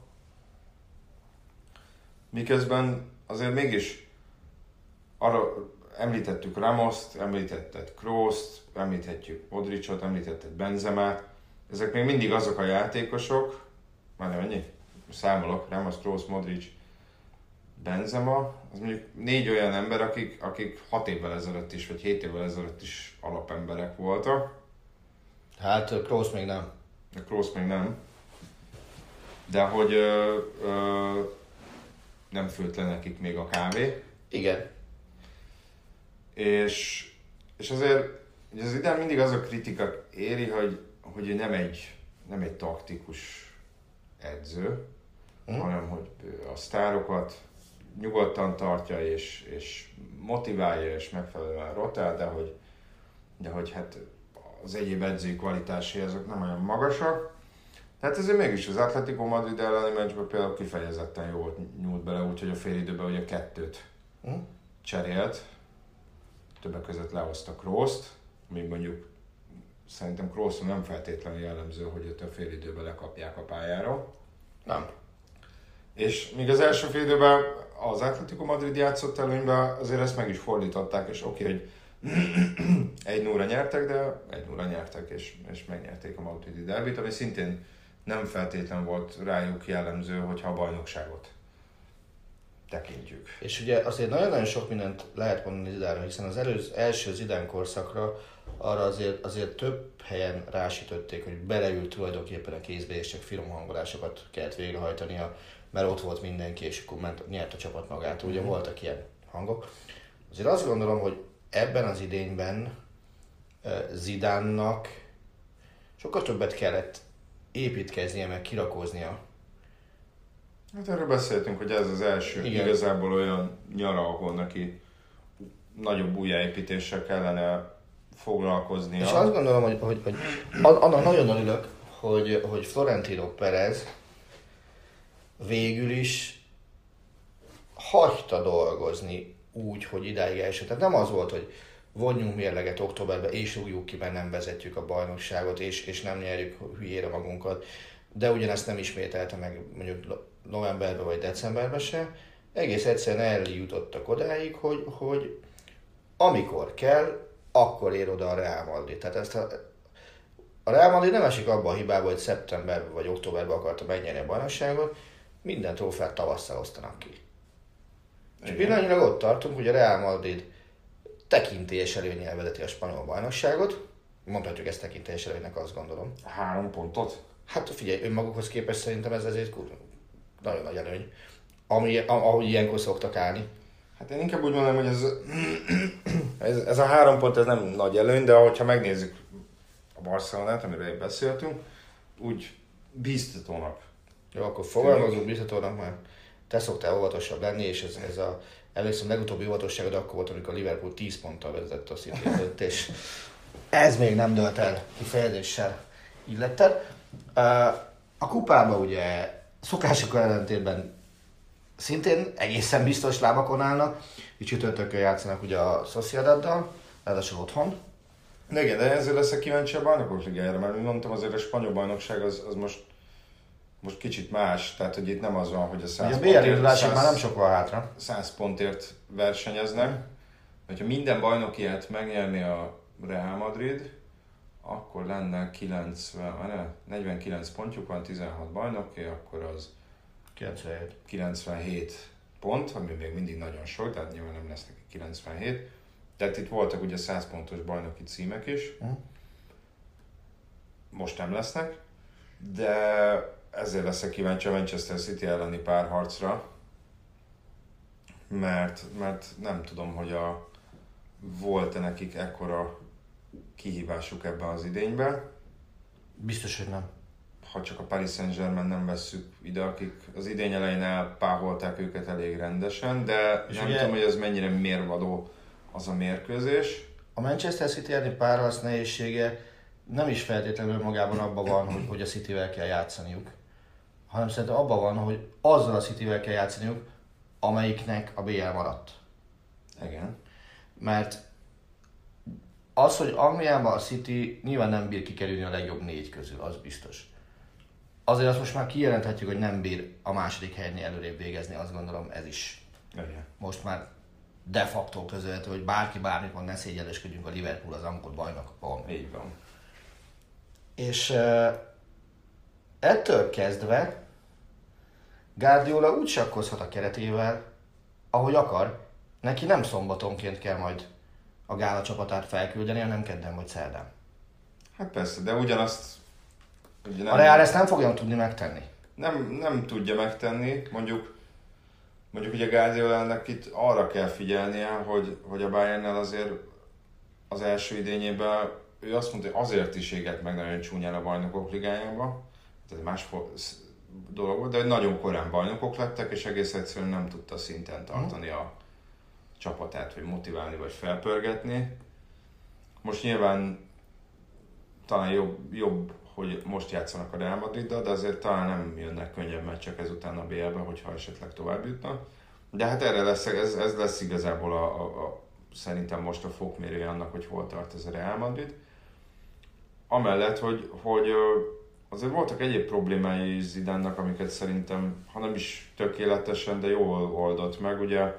Miközben azért mégis arra említettük Ramost, említetted Krooszt, említhetjük Modricot, említetted Benzemát. Ezek még mindig azok a játékosok, már nem ennyi? Számolok, Ramos, Kroos, Modric, Benzema, az mondjuk 4 olyan ember, akik 6 évvel ezelőtt is, vagy 7 évvel ezelőtt is alapemberek voltak. hát Kroos még nem. De Kroos még nem. De hogy nem főtt le nekik még a kávé. Igen. És azért az idén mindig az a kritika éri, hogy ő nem egy taktikus edző, hanem hogy a sztárokat nyugodtan tartja és motiválja és megfelelően rotál, de hogy hát az egyéb edzői kvalitásai azok nem olyan magasak. Tehát ezért mégis az Atletico Madrid elleni meccsben például kifejezetten jól nyúlt bele, úgyhogy a félidőben ugye 2 cserélt. Többek között lehozta Krooszt, ami mondjuk szerintem Krooszon nem feltétlenül jellemző, hogy őt a félidőben lekapják a pályára. Nem. És míg az első félidőben az Atletico Madrid játszott előnyben, azért ezt meg is fordították, és oké, hogy 1-0-ra nyertek, de 1-0-ra nyertek, és megnyerték a madridi derbit, ami szintén nem feltétlen volt rájuk jellemző, hogyha a bajnokságot tekintjük. És ugye azért nagyon-nagyon sok mindent lehet mondani Zidánra, hiszen az első Zidán korszakra arra azért több helyen rásütötték, hogy beleült tulajdonképpen a kézbe, és csak finom hangolásokat kellett végrehajtania, mert ott volt mindenki, és akkor nyert a csapat magától. Ugye voltak ilyen hangok. Azért azt gondolom, hogy ebben az idényben Zidánnak sokkal többet kellett építkeznie, meg kirakóznia. Hát erről beszéltünk, hogy ez az első igazából olyan nyara, ahol neki nagyobb újjáépítéssel kellene foglalkoznia. És azt gondolom, hogy annak nagyon örülök, hogy Florentino Perez végül is hagyta dolgozni úgy, hogy idáig első. Tehát nem az volt, hogy vonjunk mérleget októberben, és rúgjuk ki, mert nem vezetjük a bajnokságot, és nem nyerjük hülyére magunkat, de ugyanezt nem ismételte meg mondjuk novemberben vagy decemberben se. Egész egyszerűen eljutottak odáig, hogy amikor kell, akkor ér oda a Real Madrid. Tehát ezt a Real Madrid nem esik abba a hibába, hogy szeptemberben vagy októberben akarta megnyerni a bajnokságot, minden trófeát tavasszal osztanak ki. És pillanatnyilag ott tartunk, hogy a Real Madrid tekintélyes előnnyel vezeti a spanyol bajnokságot. Mondhatjuk ezt tekintélyes előnynek, azt gondolom. 3 pontot? Hát figyelj, önmagukhoz képest szerintem ez azért nagyon nagy előny. Ahogy ilyenkor szoktak állni. Hát én inkább úgy mondom, hogy ez a 3 pont ez nem nagy előny, de hogyha megnézzük a Barcelonát, amiről beszéltünk, úgy bíztatónak. Jó, akkor fogalmazunk bíztatónak, mert te szoktál óvatosabb lenni, és emlékszem, legutóbbi óvatosságod akkor volt, amikor a Liverpool 10 ponttal vezetett a City előtt, és ez még nem dölt el kifejezéssel illetted. A kupában ugye szokásokkal ellentétben szintén egészen biztos lábakon állnak, így csütörtökön játszanak ugye a Sociedaddal, ráadásul otthon. Igen, de ezzel leszek kíváncsi a bajnokok ligájára, mert mint mondtam, azért a spanyol bajnokság az most kicsit más, tehát hogy itt nem az van, hogy a 100 pontért már nem sok van hátra. 100 pontért versenyeznek. Ha minden bajnokiát megnyerni a Real Madrid, akkor lenne 49 pontjuk van, 16 bajnoki, akkor az 97 pont, ami még mindig nagyon sok, tehát nyilván nem lesz neki 97. Tehát itt voltak ugye 100 pontos bajnoki címek is, most nem lesznek, de ezért leszek kíváncsi a Manchester City elleni párharcra, mert nem tudom, hogy volt-e nekik ekkora kihívásuk ebben az idényben. Biztos, hogy nem. Ha csak a Paris Saint-Germain nem vesszük ide, akik az idény elején elpáholták őket elég rendesen, de és nem tudom, hogy ez mennyire mérvadó az a mérkőzés. A Manchester City elleni párharc nehézsége nem is feltétlenül magában abban van, hogy a Cityvel kell játszaniuk, hanem szerintem abban van, hogy azzal a Cityvel kell játszaniuk, amelyiknek a BL maradt. Igen. Mert az, hogy Angliában a City nyilván nem bír kikerülni a legjobb 4 közül, az biztos. Azért azt most már kijelenthetjük, hogy nem bír a második helynél előrébb végezni, azt gondolom ez is. Igen. Most már de facto közölhető, hogy bárki bármit mond, ne szégyellősködjünk, a Liverpool az amikor bajnok van. Így van. És ettől kezdve Guardiola úgy sakkozhat a keretével, ahogy akar. Neki nem szombatonként kell majd a gála csapatát felküldeni, hanem kedden vagy szerdán. Hát persze, de ugyanazt... Ugye a Real ezt nem fogja tudni megtenni. Nem tudja megtenni, mondjuk ugye Guardiolának itt arra kell figyelnie, hogy a Bayernnel azért az első idényében ő azt mondta, hogy azért is égett meg nagyon csúnyán a bajnokok ligájába, tehát más dolog volt, de hogy nagyon korán bajnokok lettek, és egész egyszerűen nem tudta szinten tartani a csapatát, vagy motiválni, vagy felpörgetni. Most nyilván talán jobb, hogy most játszanak a Real Madriddal, de azért talán nem jönnek könnyebb meccsek ezután a BL-be, hogyha esetleg tovább jutnak. De hát erre lesz, ez lesz igazából szerintem most a fokmérője annak, hogy hol tart ez a Real Madrid. Amellett, hogy azért voltak egyéb problémái Zidane-nak, amiket szerintem, ha nem is tökéletesen, de jól oldott meg. Ugye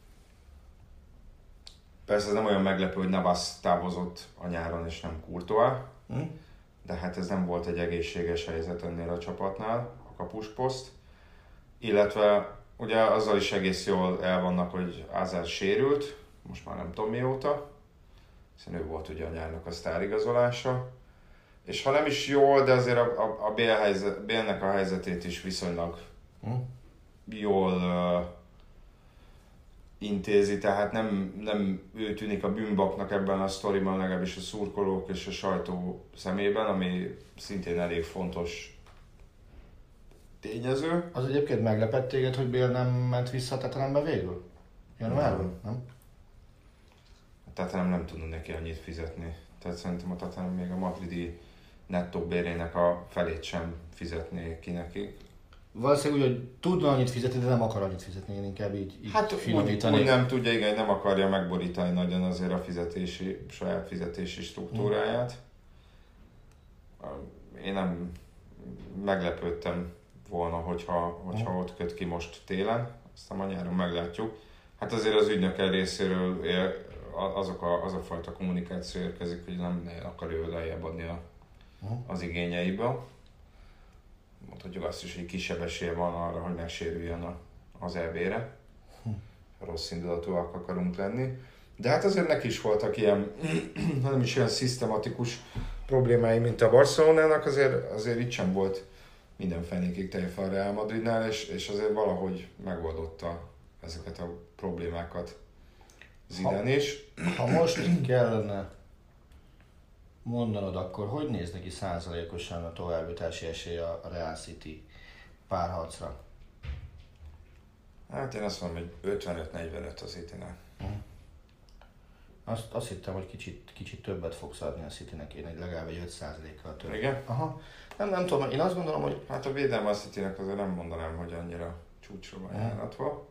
persze ez nem olyan meglepő, hogy Navas távozott a nyáron, és nem Courtois. De hát ez nem volt egy egészséges helyzet ennél a csapatnál, a kapusposzt. Illetve ugye azzal is egész jól el vannak, hogy Hazard sérült, most már nem tudom mióta, hiszen ő volt ugye a nyárnak a sztárigazolása. És ha nem is jól, de azért a BL-nek a helyzetét is viszonylag jól intézi, tehát nem ő tűnik a bűnbaknak ebben a sztoriban, legalábbis a szurkolók és a sajtó szemében, ami szintén elég fontos tényező. Az egyébként meglepett téged, hogy Bale nem ment vissza a Tottenhambe végül? Januárban, nem? A Tottenham nem tudna neki annyit fizetni. Tehát szerintem a Tottenham még a madridi nettó bérének a felét sem fizetné ki nekik. Valószínűleg úgy, hogy tudna annyit fizetni, de nem akar annyit fizetni, én inkább így finomítani. Úgy nem tudja, igen, nem akarja megborítani nagyon azért a saját fizetési struktúráját. Én nem meglepődtem volna, hogyha ott köt ki most télen, aztán a nyáron meglátjuk. Hát azért az ügynökkel részéről az a fajta kommunikáció érkezik, hogy nem akar ő lejjebb adni az igényeiből. Mondhatjuk azt is, hogy kisebb esélye van arra, hogy megsérüljön az EB-re. Rossz indulatúak akarunk lenni. De hát azért neki is voltak ilyen, nem is olyan szisztematikus problémái, mint a Barcelonának, azért itt sem volt minden fenékig tejfel a Real Madridnál, és azért valahogy megoldotta ezeket a problémákat Zidane is. Ha most kellene mondanod, akkor hogy néz neki százalékosan a továbbjutási esély a Real City párharcra? Hát én azt mondom, hogy 55-45 az Citynek. azt hittem, hogy kicsit többet fogsz adni a Citynek, én legalább egy 5%-kal több. Igen? Aha. Nem tudom, én azt gondolom, hogy... Hát a védelme a Citynek azért nem mondanám, hogy annyira csúcsra van járatva.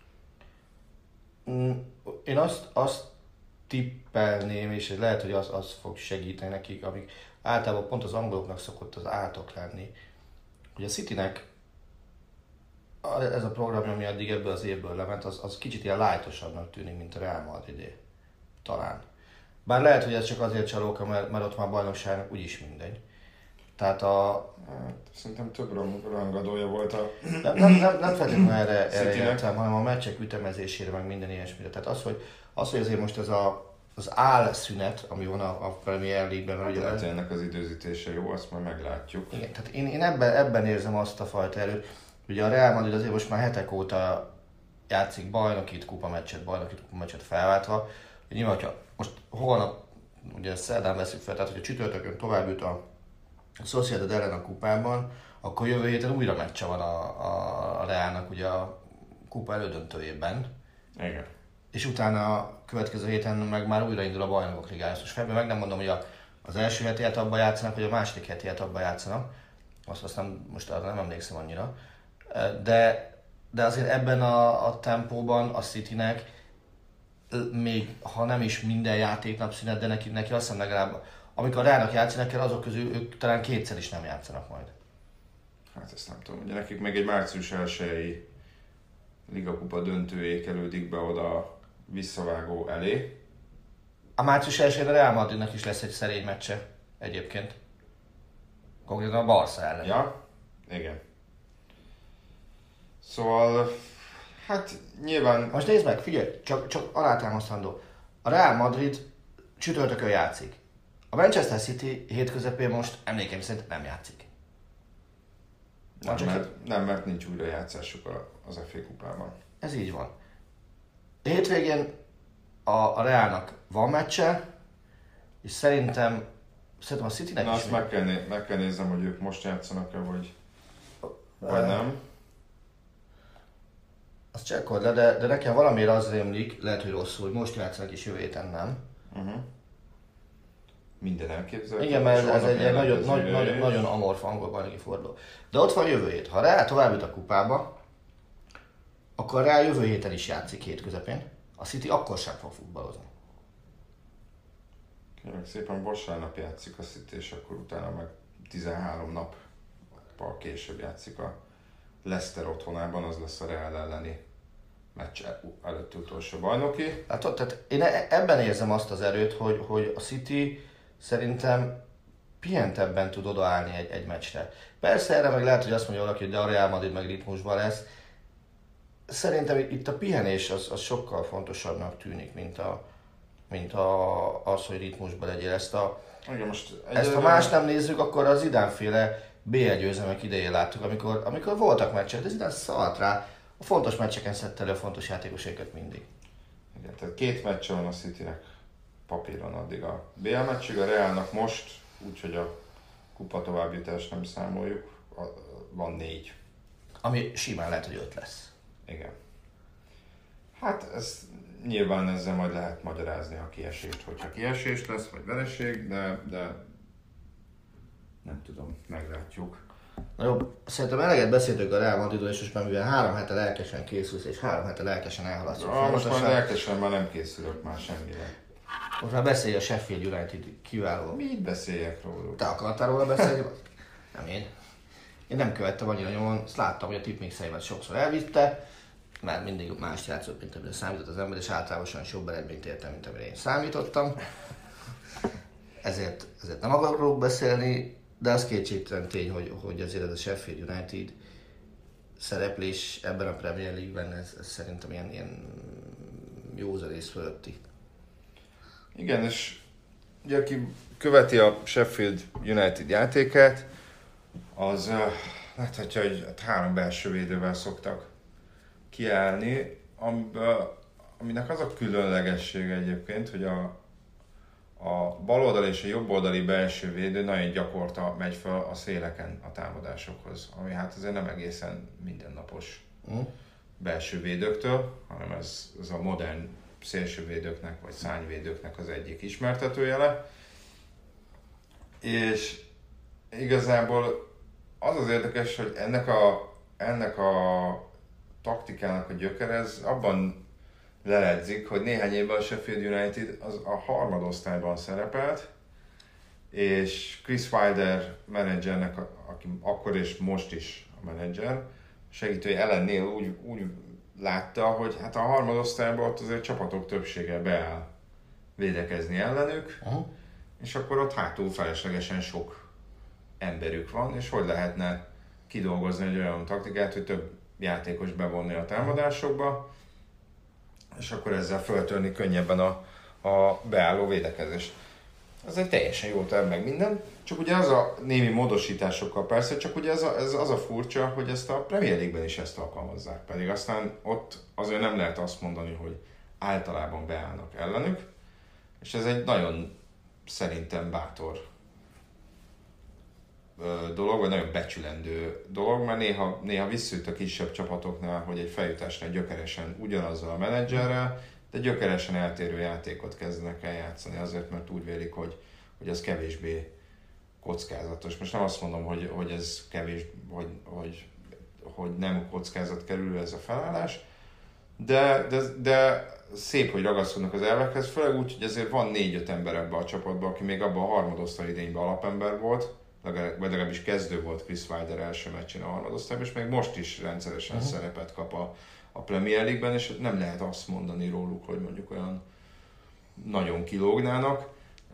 Én azt tippelném, és ez lehet, hogy az fog segíteni nekik, amik általában pont az angoloknak szokott az átok lenni, hogy a Citynek ez a program, ami addig ebből az évből lement, az kicsit ilyen lightosabbnak tűnik, mint a Real Madridé. Talán. Bár lehet, hogy ez csak azért csalóka, mert ott már bajnokságnak úgyis mindegy. Tehát Hát, szerintem több rangadója volt a... Nem feltétlenül erre értem, hanem a meccsek ütemezésére, meg minden ilyesmire. Tehát az, hogy azért most ez az álszünet, ami van a Premier League-ben, hát lehet, hogy ennek az időzítése jó, azt majd meglátjuk. Igen, tehát én ebben érzem azt a fajta erőt. Ugye a Real Madrid azért most már hetek óta játszik bajnokit, kupameccset felváltva. Nyilván, hogyha most holnap, ugye szerdán veszük fel, tehát hogyha csütörtökön tovább jut a Sociedad ellen a kupában, akkor jövő héten újra meccse van a Realnak ugye a kupa elődöntőjében. Igen. És utána a következő héten meg már újra indul a Bajnokok Ligája. Most felben meg nem mondom, hogy az első hetiet abban játszanak, vagy a második hetiet abban játszanak. Azt most arra nem emlékszem annyira. De azért ebben a tempóban a Citynek még ha nem is minden játéknap szünet, de neki azt hiszem legalább, amikor rának játszanak kell, azok közül ők talán kétszer is nem játszanak majd. Hát ezt nem tudom, ugye nekik még egy március 1-i Ligakupa döntőjé kerüldik be oda visszavágó elé. A március 1-én a Real Madridnak is lesz egy szerény meccse egyébként. Konkrétan a Barca ellen. Ja, igen. Szóval, hát nyilván... Most nézd meg, figyelj, csak alátámasztandó. A Real Madrid csütörtökön játszik. A Manchester City hétközepén most emlékeim szerint nem játszik. Mert nincs újrajátszásuk az FA kupában. Ez így van. Hétvégén a Realnak van meccse, és szerintem a Citynek na, is... azt meg kell néznem, hogy ők most játszanak-e, vagy nem. Azt csekkold le, de nekem valamiért az rémlik, lehet, hogy rosszul, hogy most játszanak és jövő héten nem. Minden elképzelhető. Igen, mert ez egy nagyon amorf angol bajnoki forduló. De ott van jövő hét. Ha Real tovább jut a kupába, akkor Real jövő héten is játszik hétközepén. A City akkor sem fog futballozni. Kérlek szépen, vasárnap játszik a City, és akkor utána meg 13 nappal később játszik a Leicester otthonában, az lesz a Real elleni meccs előtt utolsó bajnoki. Tehát én ebben érzem azt az erőt, hogy a City szerintem pihentebben tud odaállni egy meccsre. Persze erre meg lehet, hogy azt mondja valaki, hogy de a Real Madrid meg ritmusban lesz. Szerintem itt a pihenés az sokkal fontosabbnak tűnik, mint az, hogy ritmusban legyél. Ezt ha más nem nézzük, akkor az Zidane-féle BL győzelmek idején láttuk, amikor voltak meccsek, de Zidane szalt rá. A fontos meccseken szedte elő a fontos játékosaikat mindig. Igen, tehát 2 meccse van a Citynek papíron addig a BL meccsig, a Realnak most, úgyhogy a kupa továbbjutást nem számoljuk, van 4. Ami simán lehet, hogy 5 lesz. Igen. Hát nyilván ezzel majd lehet magyarázni a kiesést, hogyha kiesés lesz, vagy vereség, de nem tudom, meglátjuk. Na jó, szerintem eleget beszéltünk a Real Madridról, és most már mivel 3 hete lelkesen készülsz, és 3 hete lelkesen elhaladsz. Most már lelkesen már nem készülök már semmire. Most már beszélj a Sheffield United kiváló. Mit beszéljek róluk? Te akartál róla beszélni? Nem én. Én nem követtem annyira nyomon, azt láttam, hogy a tipmixeimet sokszor elvitte, mert mindig mást játszott, mint amire számított az ember, és általában jobb eredményt értem, mint amire én számítottam. Ezért nem akarok beszélni, de az kétségtelen tény, hogy azért ez a Sheffield United szereplés ebben a Premier League-ben, ez szerintem ilyen józanész fölötti. Igen, és ugye aki követi a Sheffield United játékát, az láthatja, hogy 3 belső védővel szoktak kiállni, aminek az a különlegessége egyébként, hogy a baloldali és a jobboldali belső védő nagyon gyakorta megy fel a széleken a támadásokhoz, ami hát azért nem egészen mindennapos belső védőktől, hanem ez a modern szélsővédőknek vagy szárnyvédőknek az egyik ismertetőjele. És igazából az az érdekes, hogy ennek a taktikának a gyökere, ez abban leledzik, hogy néhány évvel a Sheffield United az a harmadosztályban szerepelt, és Chris Wilder menedzsernek, aki akkor és most is a menedzser, segítője ellennél úgy látta, hogy hát a harmadosztályban ott azért csapatok többsége beáll védekezni ellenük, és akkor ott hátul feleslegesen sok emberük van, és hogy lehetne kidolgozni egy olyan taktikát, hogy több játékos bevonni a támadásokba, és akkor ezzel föltörni könnyebben a beálló védekezést. Ez egy teljesen jó terv meg minden, csak ugye az a némi módosításokkal persze, csak ugye ez az a furcsa, hogy ezt a Premier League-ben is ezt alkalmazzák, pedig aztán ott azért nem lehet azt mondani, hogy általában beállnak ellenük, és ez egy nagyon szerintem bátor dolog, vagy nagyon becsülendő dolog, mert néha visszük a kisebb csapatoknál, hogy egy feljutásnál gyökeresen ugyanazzal a menedzserrel, de gyökeresen eltérő játékot kezdenek el játszani azért, mert úgy vélik, hogy ez kevésbé kockázatos. Most nem azt mondom, hogy ez kevés, hogy nem kockázat kerül ez a felállás, de szép, hogy ragaszkodnak az elvekhez, főleg úgy, hogy azért van 4-5 ember ebben a csapatban, aki még abban a harmadosztály idényben alapember volt, vagy legalábbis kezdő volt Chris Wilder első meccsén a harmadosztályban, és még most is rendszeresen szerepet kap a Premier League-ben, és nem lehet azt mondani róluk, hogy mondjuk olyan nagyon kilógnának.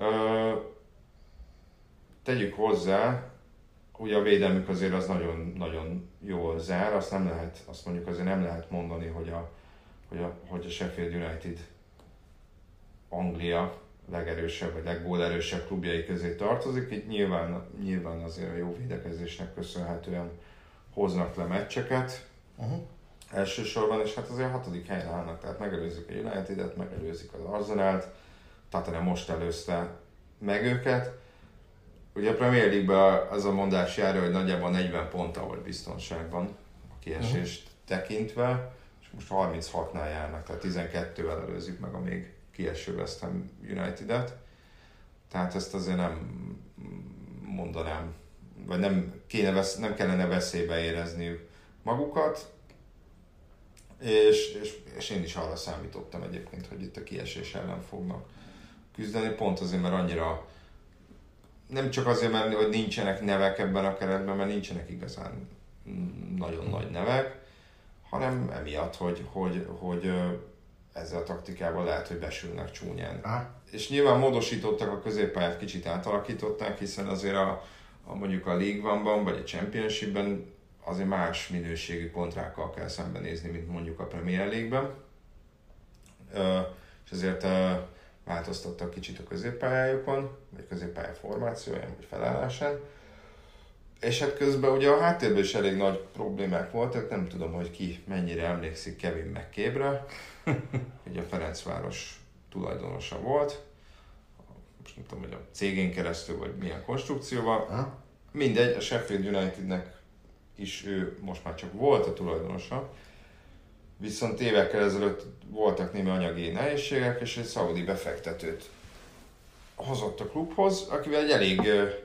Tegyük hozzá, ugye a védelmük azért az nagyon, nagyon jól zár, azt mondjuk azért nem lehet mondani, hogy a Sheffield United Anglia legerősebb, vagy leggólerősebb klubjai közé tartozik. Itt nyilván azért a jó védekezésnek köszönhetően hoznak le meccseket. Elsősorban, és hát azért a 6. helyen állnak, tehát megelőzik a United-et, megelőzik az Arsenalt, Tottenham most előzte meg őket. Ugye a Premier League-ben az a mondás jár, hogy nagyjából 40 ponttal volt biztonságban a kiesést tekintve, és most 36-nál járnak, tehát 12-vel előzik meg a még kieső West Ham United-et. Tehát ezt azért nem mondanám, vagy nem kellene veszélybe érezniük magukat, és én is arra számítottam egyébként, hogy itt a kiesés ellen fognak küzdeni, pont azért, mert annyira, nem csak azért, mert hogy nincsenek nevek ebben a keretben, mert nincsenek igazán nagyon nagy nevek, hanem emiatt, hogy ezzel a taktikával lehet, hogy besülnek csúnyán. És nyilván módosítottak, a középpályát kicsit átalakították, hiszen azért mondjuk a League One-ban, vagy a Championship-ben azért más minőségű kontrákkal kell szembenézni, mint mondjuk a Premier League-ben. És ezért változtattak kicsit a középpályájukon, vagy középpálya formációján, vagy felállásán. És hát közben ugye a háttérben is elég nagy problémák voltak, nem tudom, hogy ki mennyire emlékszik Kevin McCabe-re, hogy a Ferencváros tulajdonosa volt, most nem tudom, hogy a cégén keresztül, vagy milyen konstrukcióval. Mindegy, a Sheffield Unitednek is ő most már csak volt a tulajdonosa, viszont évekkel ezelőtt voltak némi anyagi nehézségek, és egy szaudi befektetőt hozott a klubhoz, akivel egy elég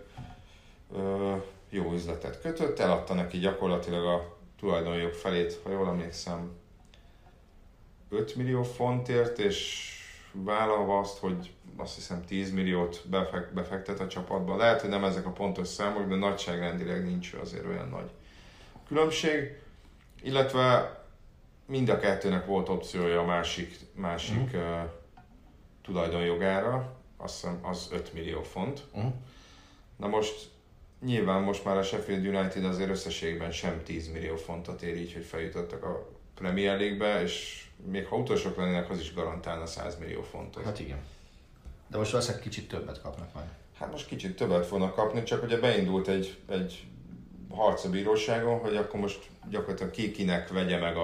jó üzletet kötött, eladta neki gyakorlatilag a tulajdonjog felét, ha jól emlékszem, 5 millió fontért, és vállalva azt, hogy azt hiszem 10 milliót befektet a csapatba. Lehet, hogy nem ezek a pontos számok, de nagyságrendileg nincs azért olyan nagy különbség. Illetve mind a kettőnek volt opciója a másik tulajdonjogára, azt hiszem az 5 millió font. Na most nyilván most már a Sheffield United azért összességben sem 10 millió fontot ér így, hogy feljutottak a Premier League-be, és még ha utolsók lennének, az is garantálna 100 millió fontot. Hát igen. De most valószínűleg kicsit többet kapnak majd. Hát most kicsit többet fognak kapni, csak ugye beindult egy harc a bíróságon, hogy akkor most gyakorlatilag kinek vegye meg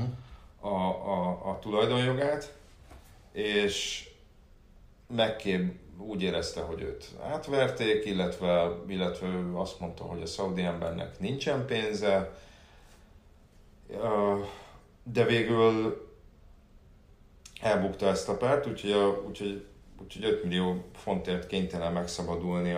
a tulajdonjogát, és McCabe úgy érezte, hogy őt átverték, illetve azt mondta, hogy a szaudi embernek nincsen pénze, de végül elbukta ezt a pert, úgyhogy 5 millió fontért kénytelen megszabadulni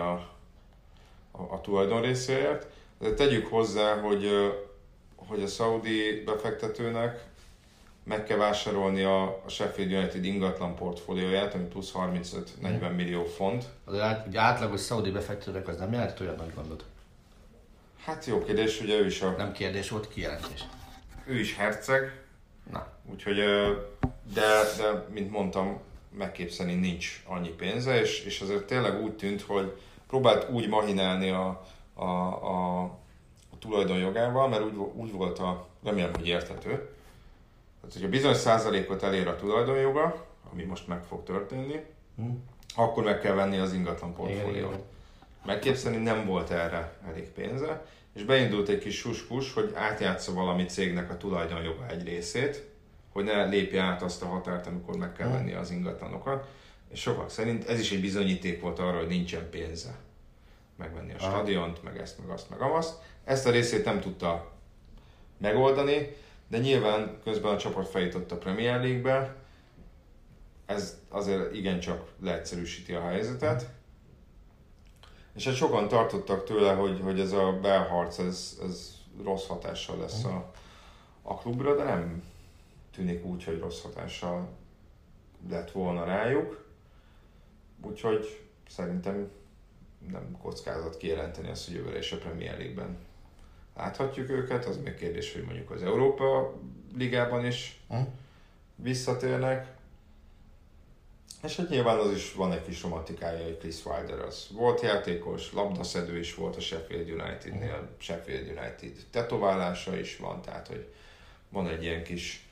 a tulajdonrészéért. De tegyük hozzá, hogy a szaudi befektetőnek meg kell vásárolni a Sheffield United ingatlan portfólióját, ami plusz 35-40 millió font. Az átlagos szaudi befektetőnek az nem jelent olyan nagy gondot? Hát jó kérdés, ugye ő is Nem kérdés volt, kijelentés. Ő is herceg, Na. úgyhogy, de mint mondtam, megképzelni nincs annyi pénze, és azért tényleg úgy tűnt, hogy próbált úgy mahinálni a tulajdonjogával, mert úgy volt remélem, hogy érthető. Tehát, hogyha bizonyos százalékot elér a tulajdonjoga, ami most meg fog történni, akkor meg kell venni az ingatlan portfóliót. Megképzelni nem volt erre elég pénze, és beindult egy kis suspus, hogy átjátsza valami cégnek a tulajdonjoga egy részét, hogy ne lépje át azt a határt, amikor meg kell venni az ingatlanokat. És sokak szerint ez is egy bizonyíték volt arra, hogy nincsen pénze megvenni a stadiont, meg ezt, meg azt, meg azt. Ezt a részét nem tudta megoldani, de nyilván közben a csapat feljutott a Premier League-be, ez azért igencsak leegyszerűsíti a helyzetet. És hát sokan tartottak tőle, hogy ez a belharc, ez rossz hatással lesz a klubra, de nem tűnik úgy, hogy rossz hatással lett volna rájuk. Úgyhogy szerintem nem kockázat kijelenteni azt, hogy jövőre is a Premier League-ben láthatjuk őket. Az még kérdés, hogy mondjuk az Európa Ligában is visszatérnek. És hát nyilván az is van egy kis romantikája, hogy Chris Wilder az volt játékos, labdaszedő is volt a Sheffield Unitednél, Sheffield United tetoválása is van, tehát hogy van egy ilyen kis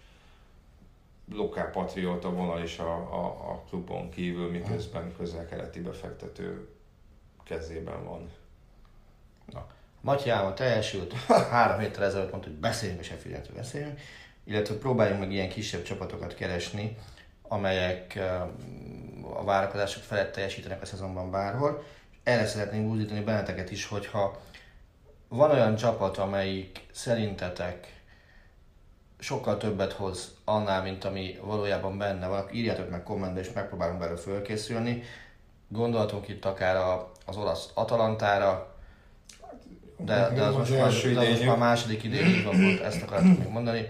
lokál patrióta vonal is a klubon kívül, miközben közel-keleti befektető kezében van. Na, Matyi álma teljesült, 3 héttel ezelőtt mondta, hogy beszéljünk a Sheffield Unitedről, beszéljünk, illetve próbáljunk meg ilyen kisebb csapatokat keresni, amelyek a várakozások felett teljesítenek a szezonban bárhol. Erre szeretném buzdítani benneteket is, hogyha van olyan csapat, amelyik szerintetek sokkal többet hoz annál, mint ami valójában benne van, írjátok meg kommentbe, és megpróbálunk belőle fölkészülni. Gondoltunk itt akár az olasz Atalantára, de az most már második idén volt, ezt akartam még mondani.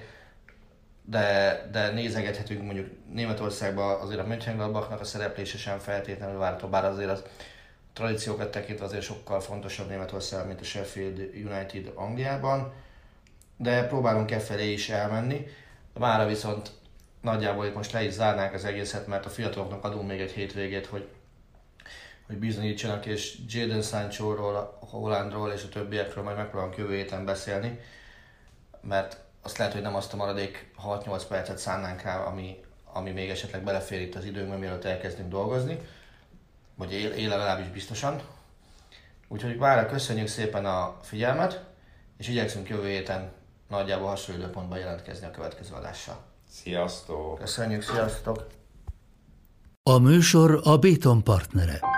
De nézegethetünk mondjuk Németországban azért a Mönchengladbachnak a szereplése sem feltétlenül várható, bár azért az tradíciókat tekintve azért sokkal fontosabb Németország, mint a Sheffield United Angliában, de próbálunk felé is elmenni. Mára viszont nagyjából itt most le is zárnánk az egészet, mert a fiataloknak adunk még egy hétvégét, hogy bizonyítsanak, és Jadon Sancho-ról, Hollandról és a többiekről majd megpróbálunk jövő héten beszélni, mert azt lehet, hogy nem azt a maradék 6-8 percet szánnánk rá, ami még esetleg belefér itt az időnkben, mielőtt elkezdünk dolgozni, vagy él legalábbis biztosan. Úgyhogy Mára köszönjük szépen a figyelmet, és igyekszünk jövő héten nagyjából hasonló időpontban jelentkezni a következő adással. Sziasztok! Köszönjük, sziasztok! A műsor a Béton partnere.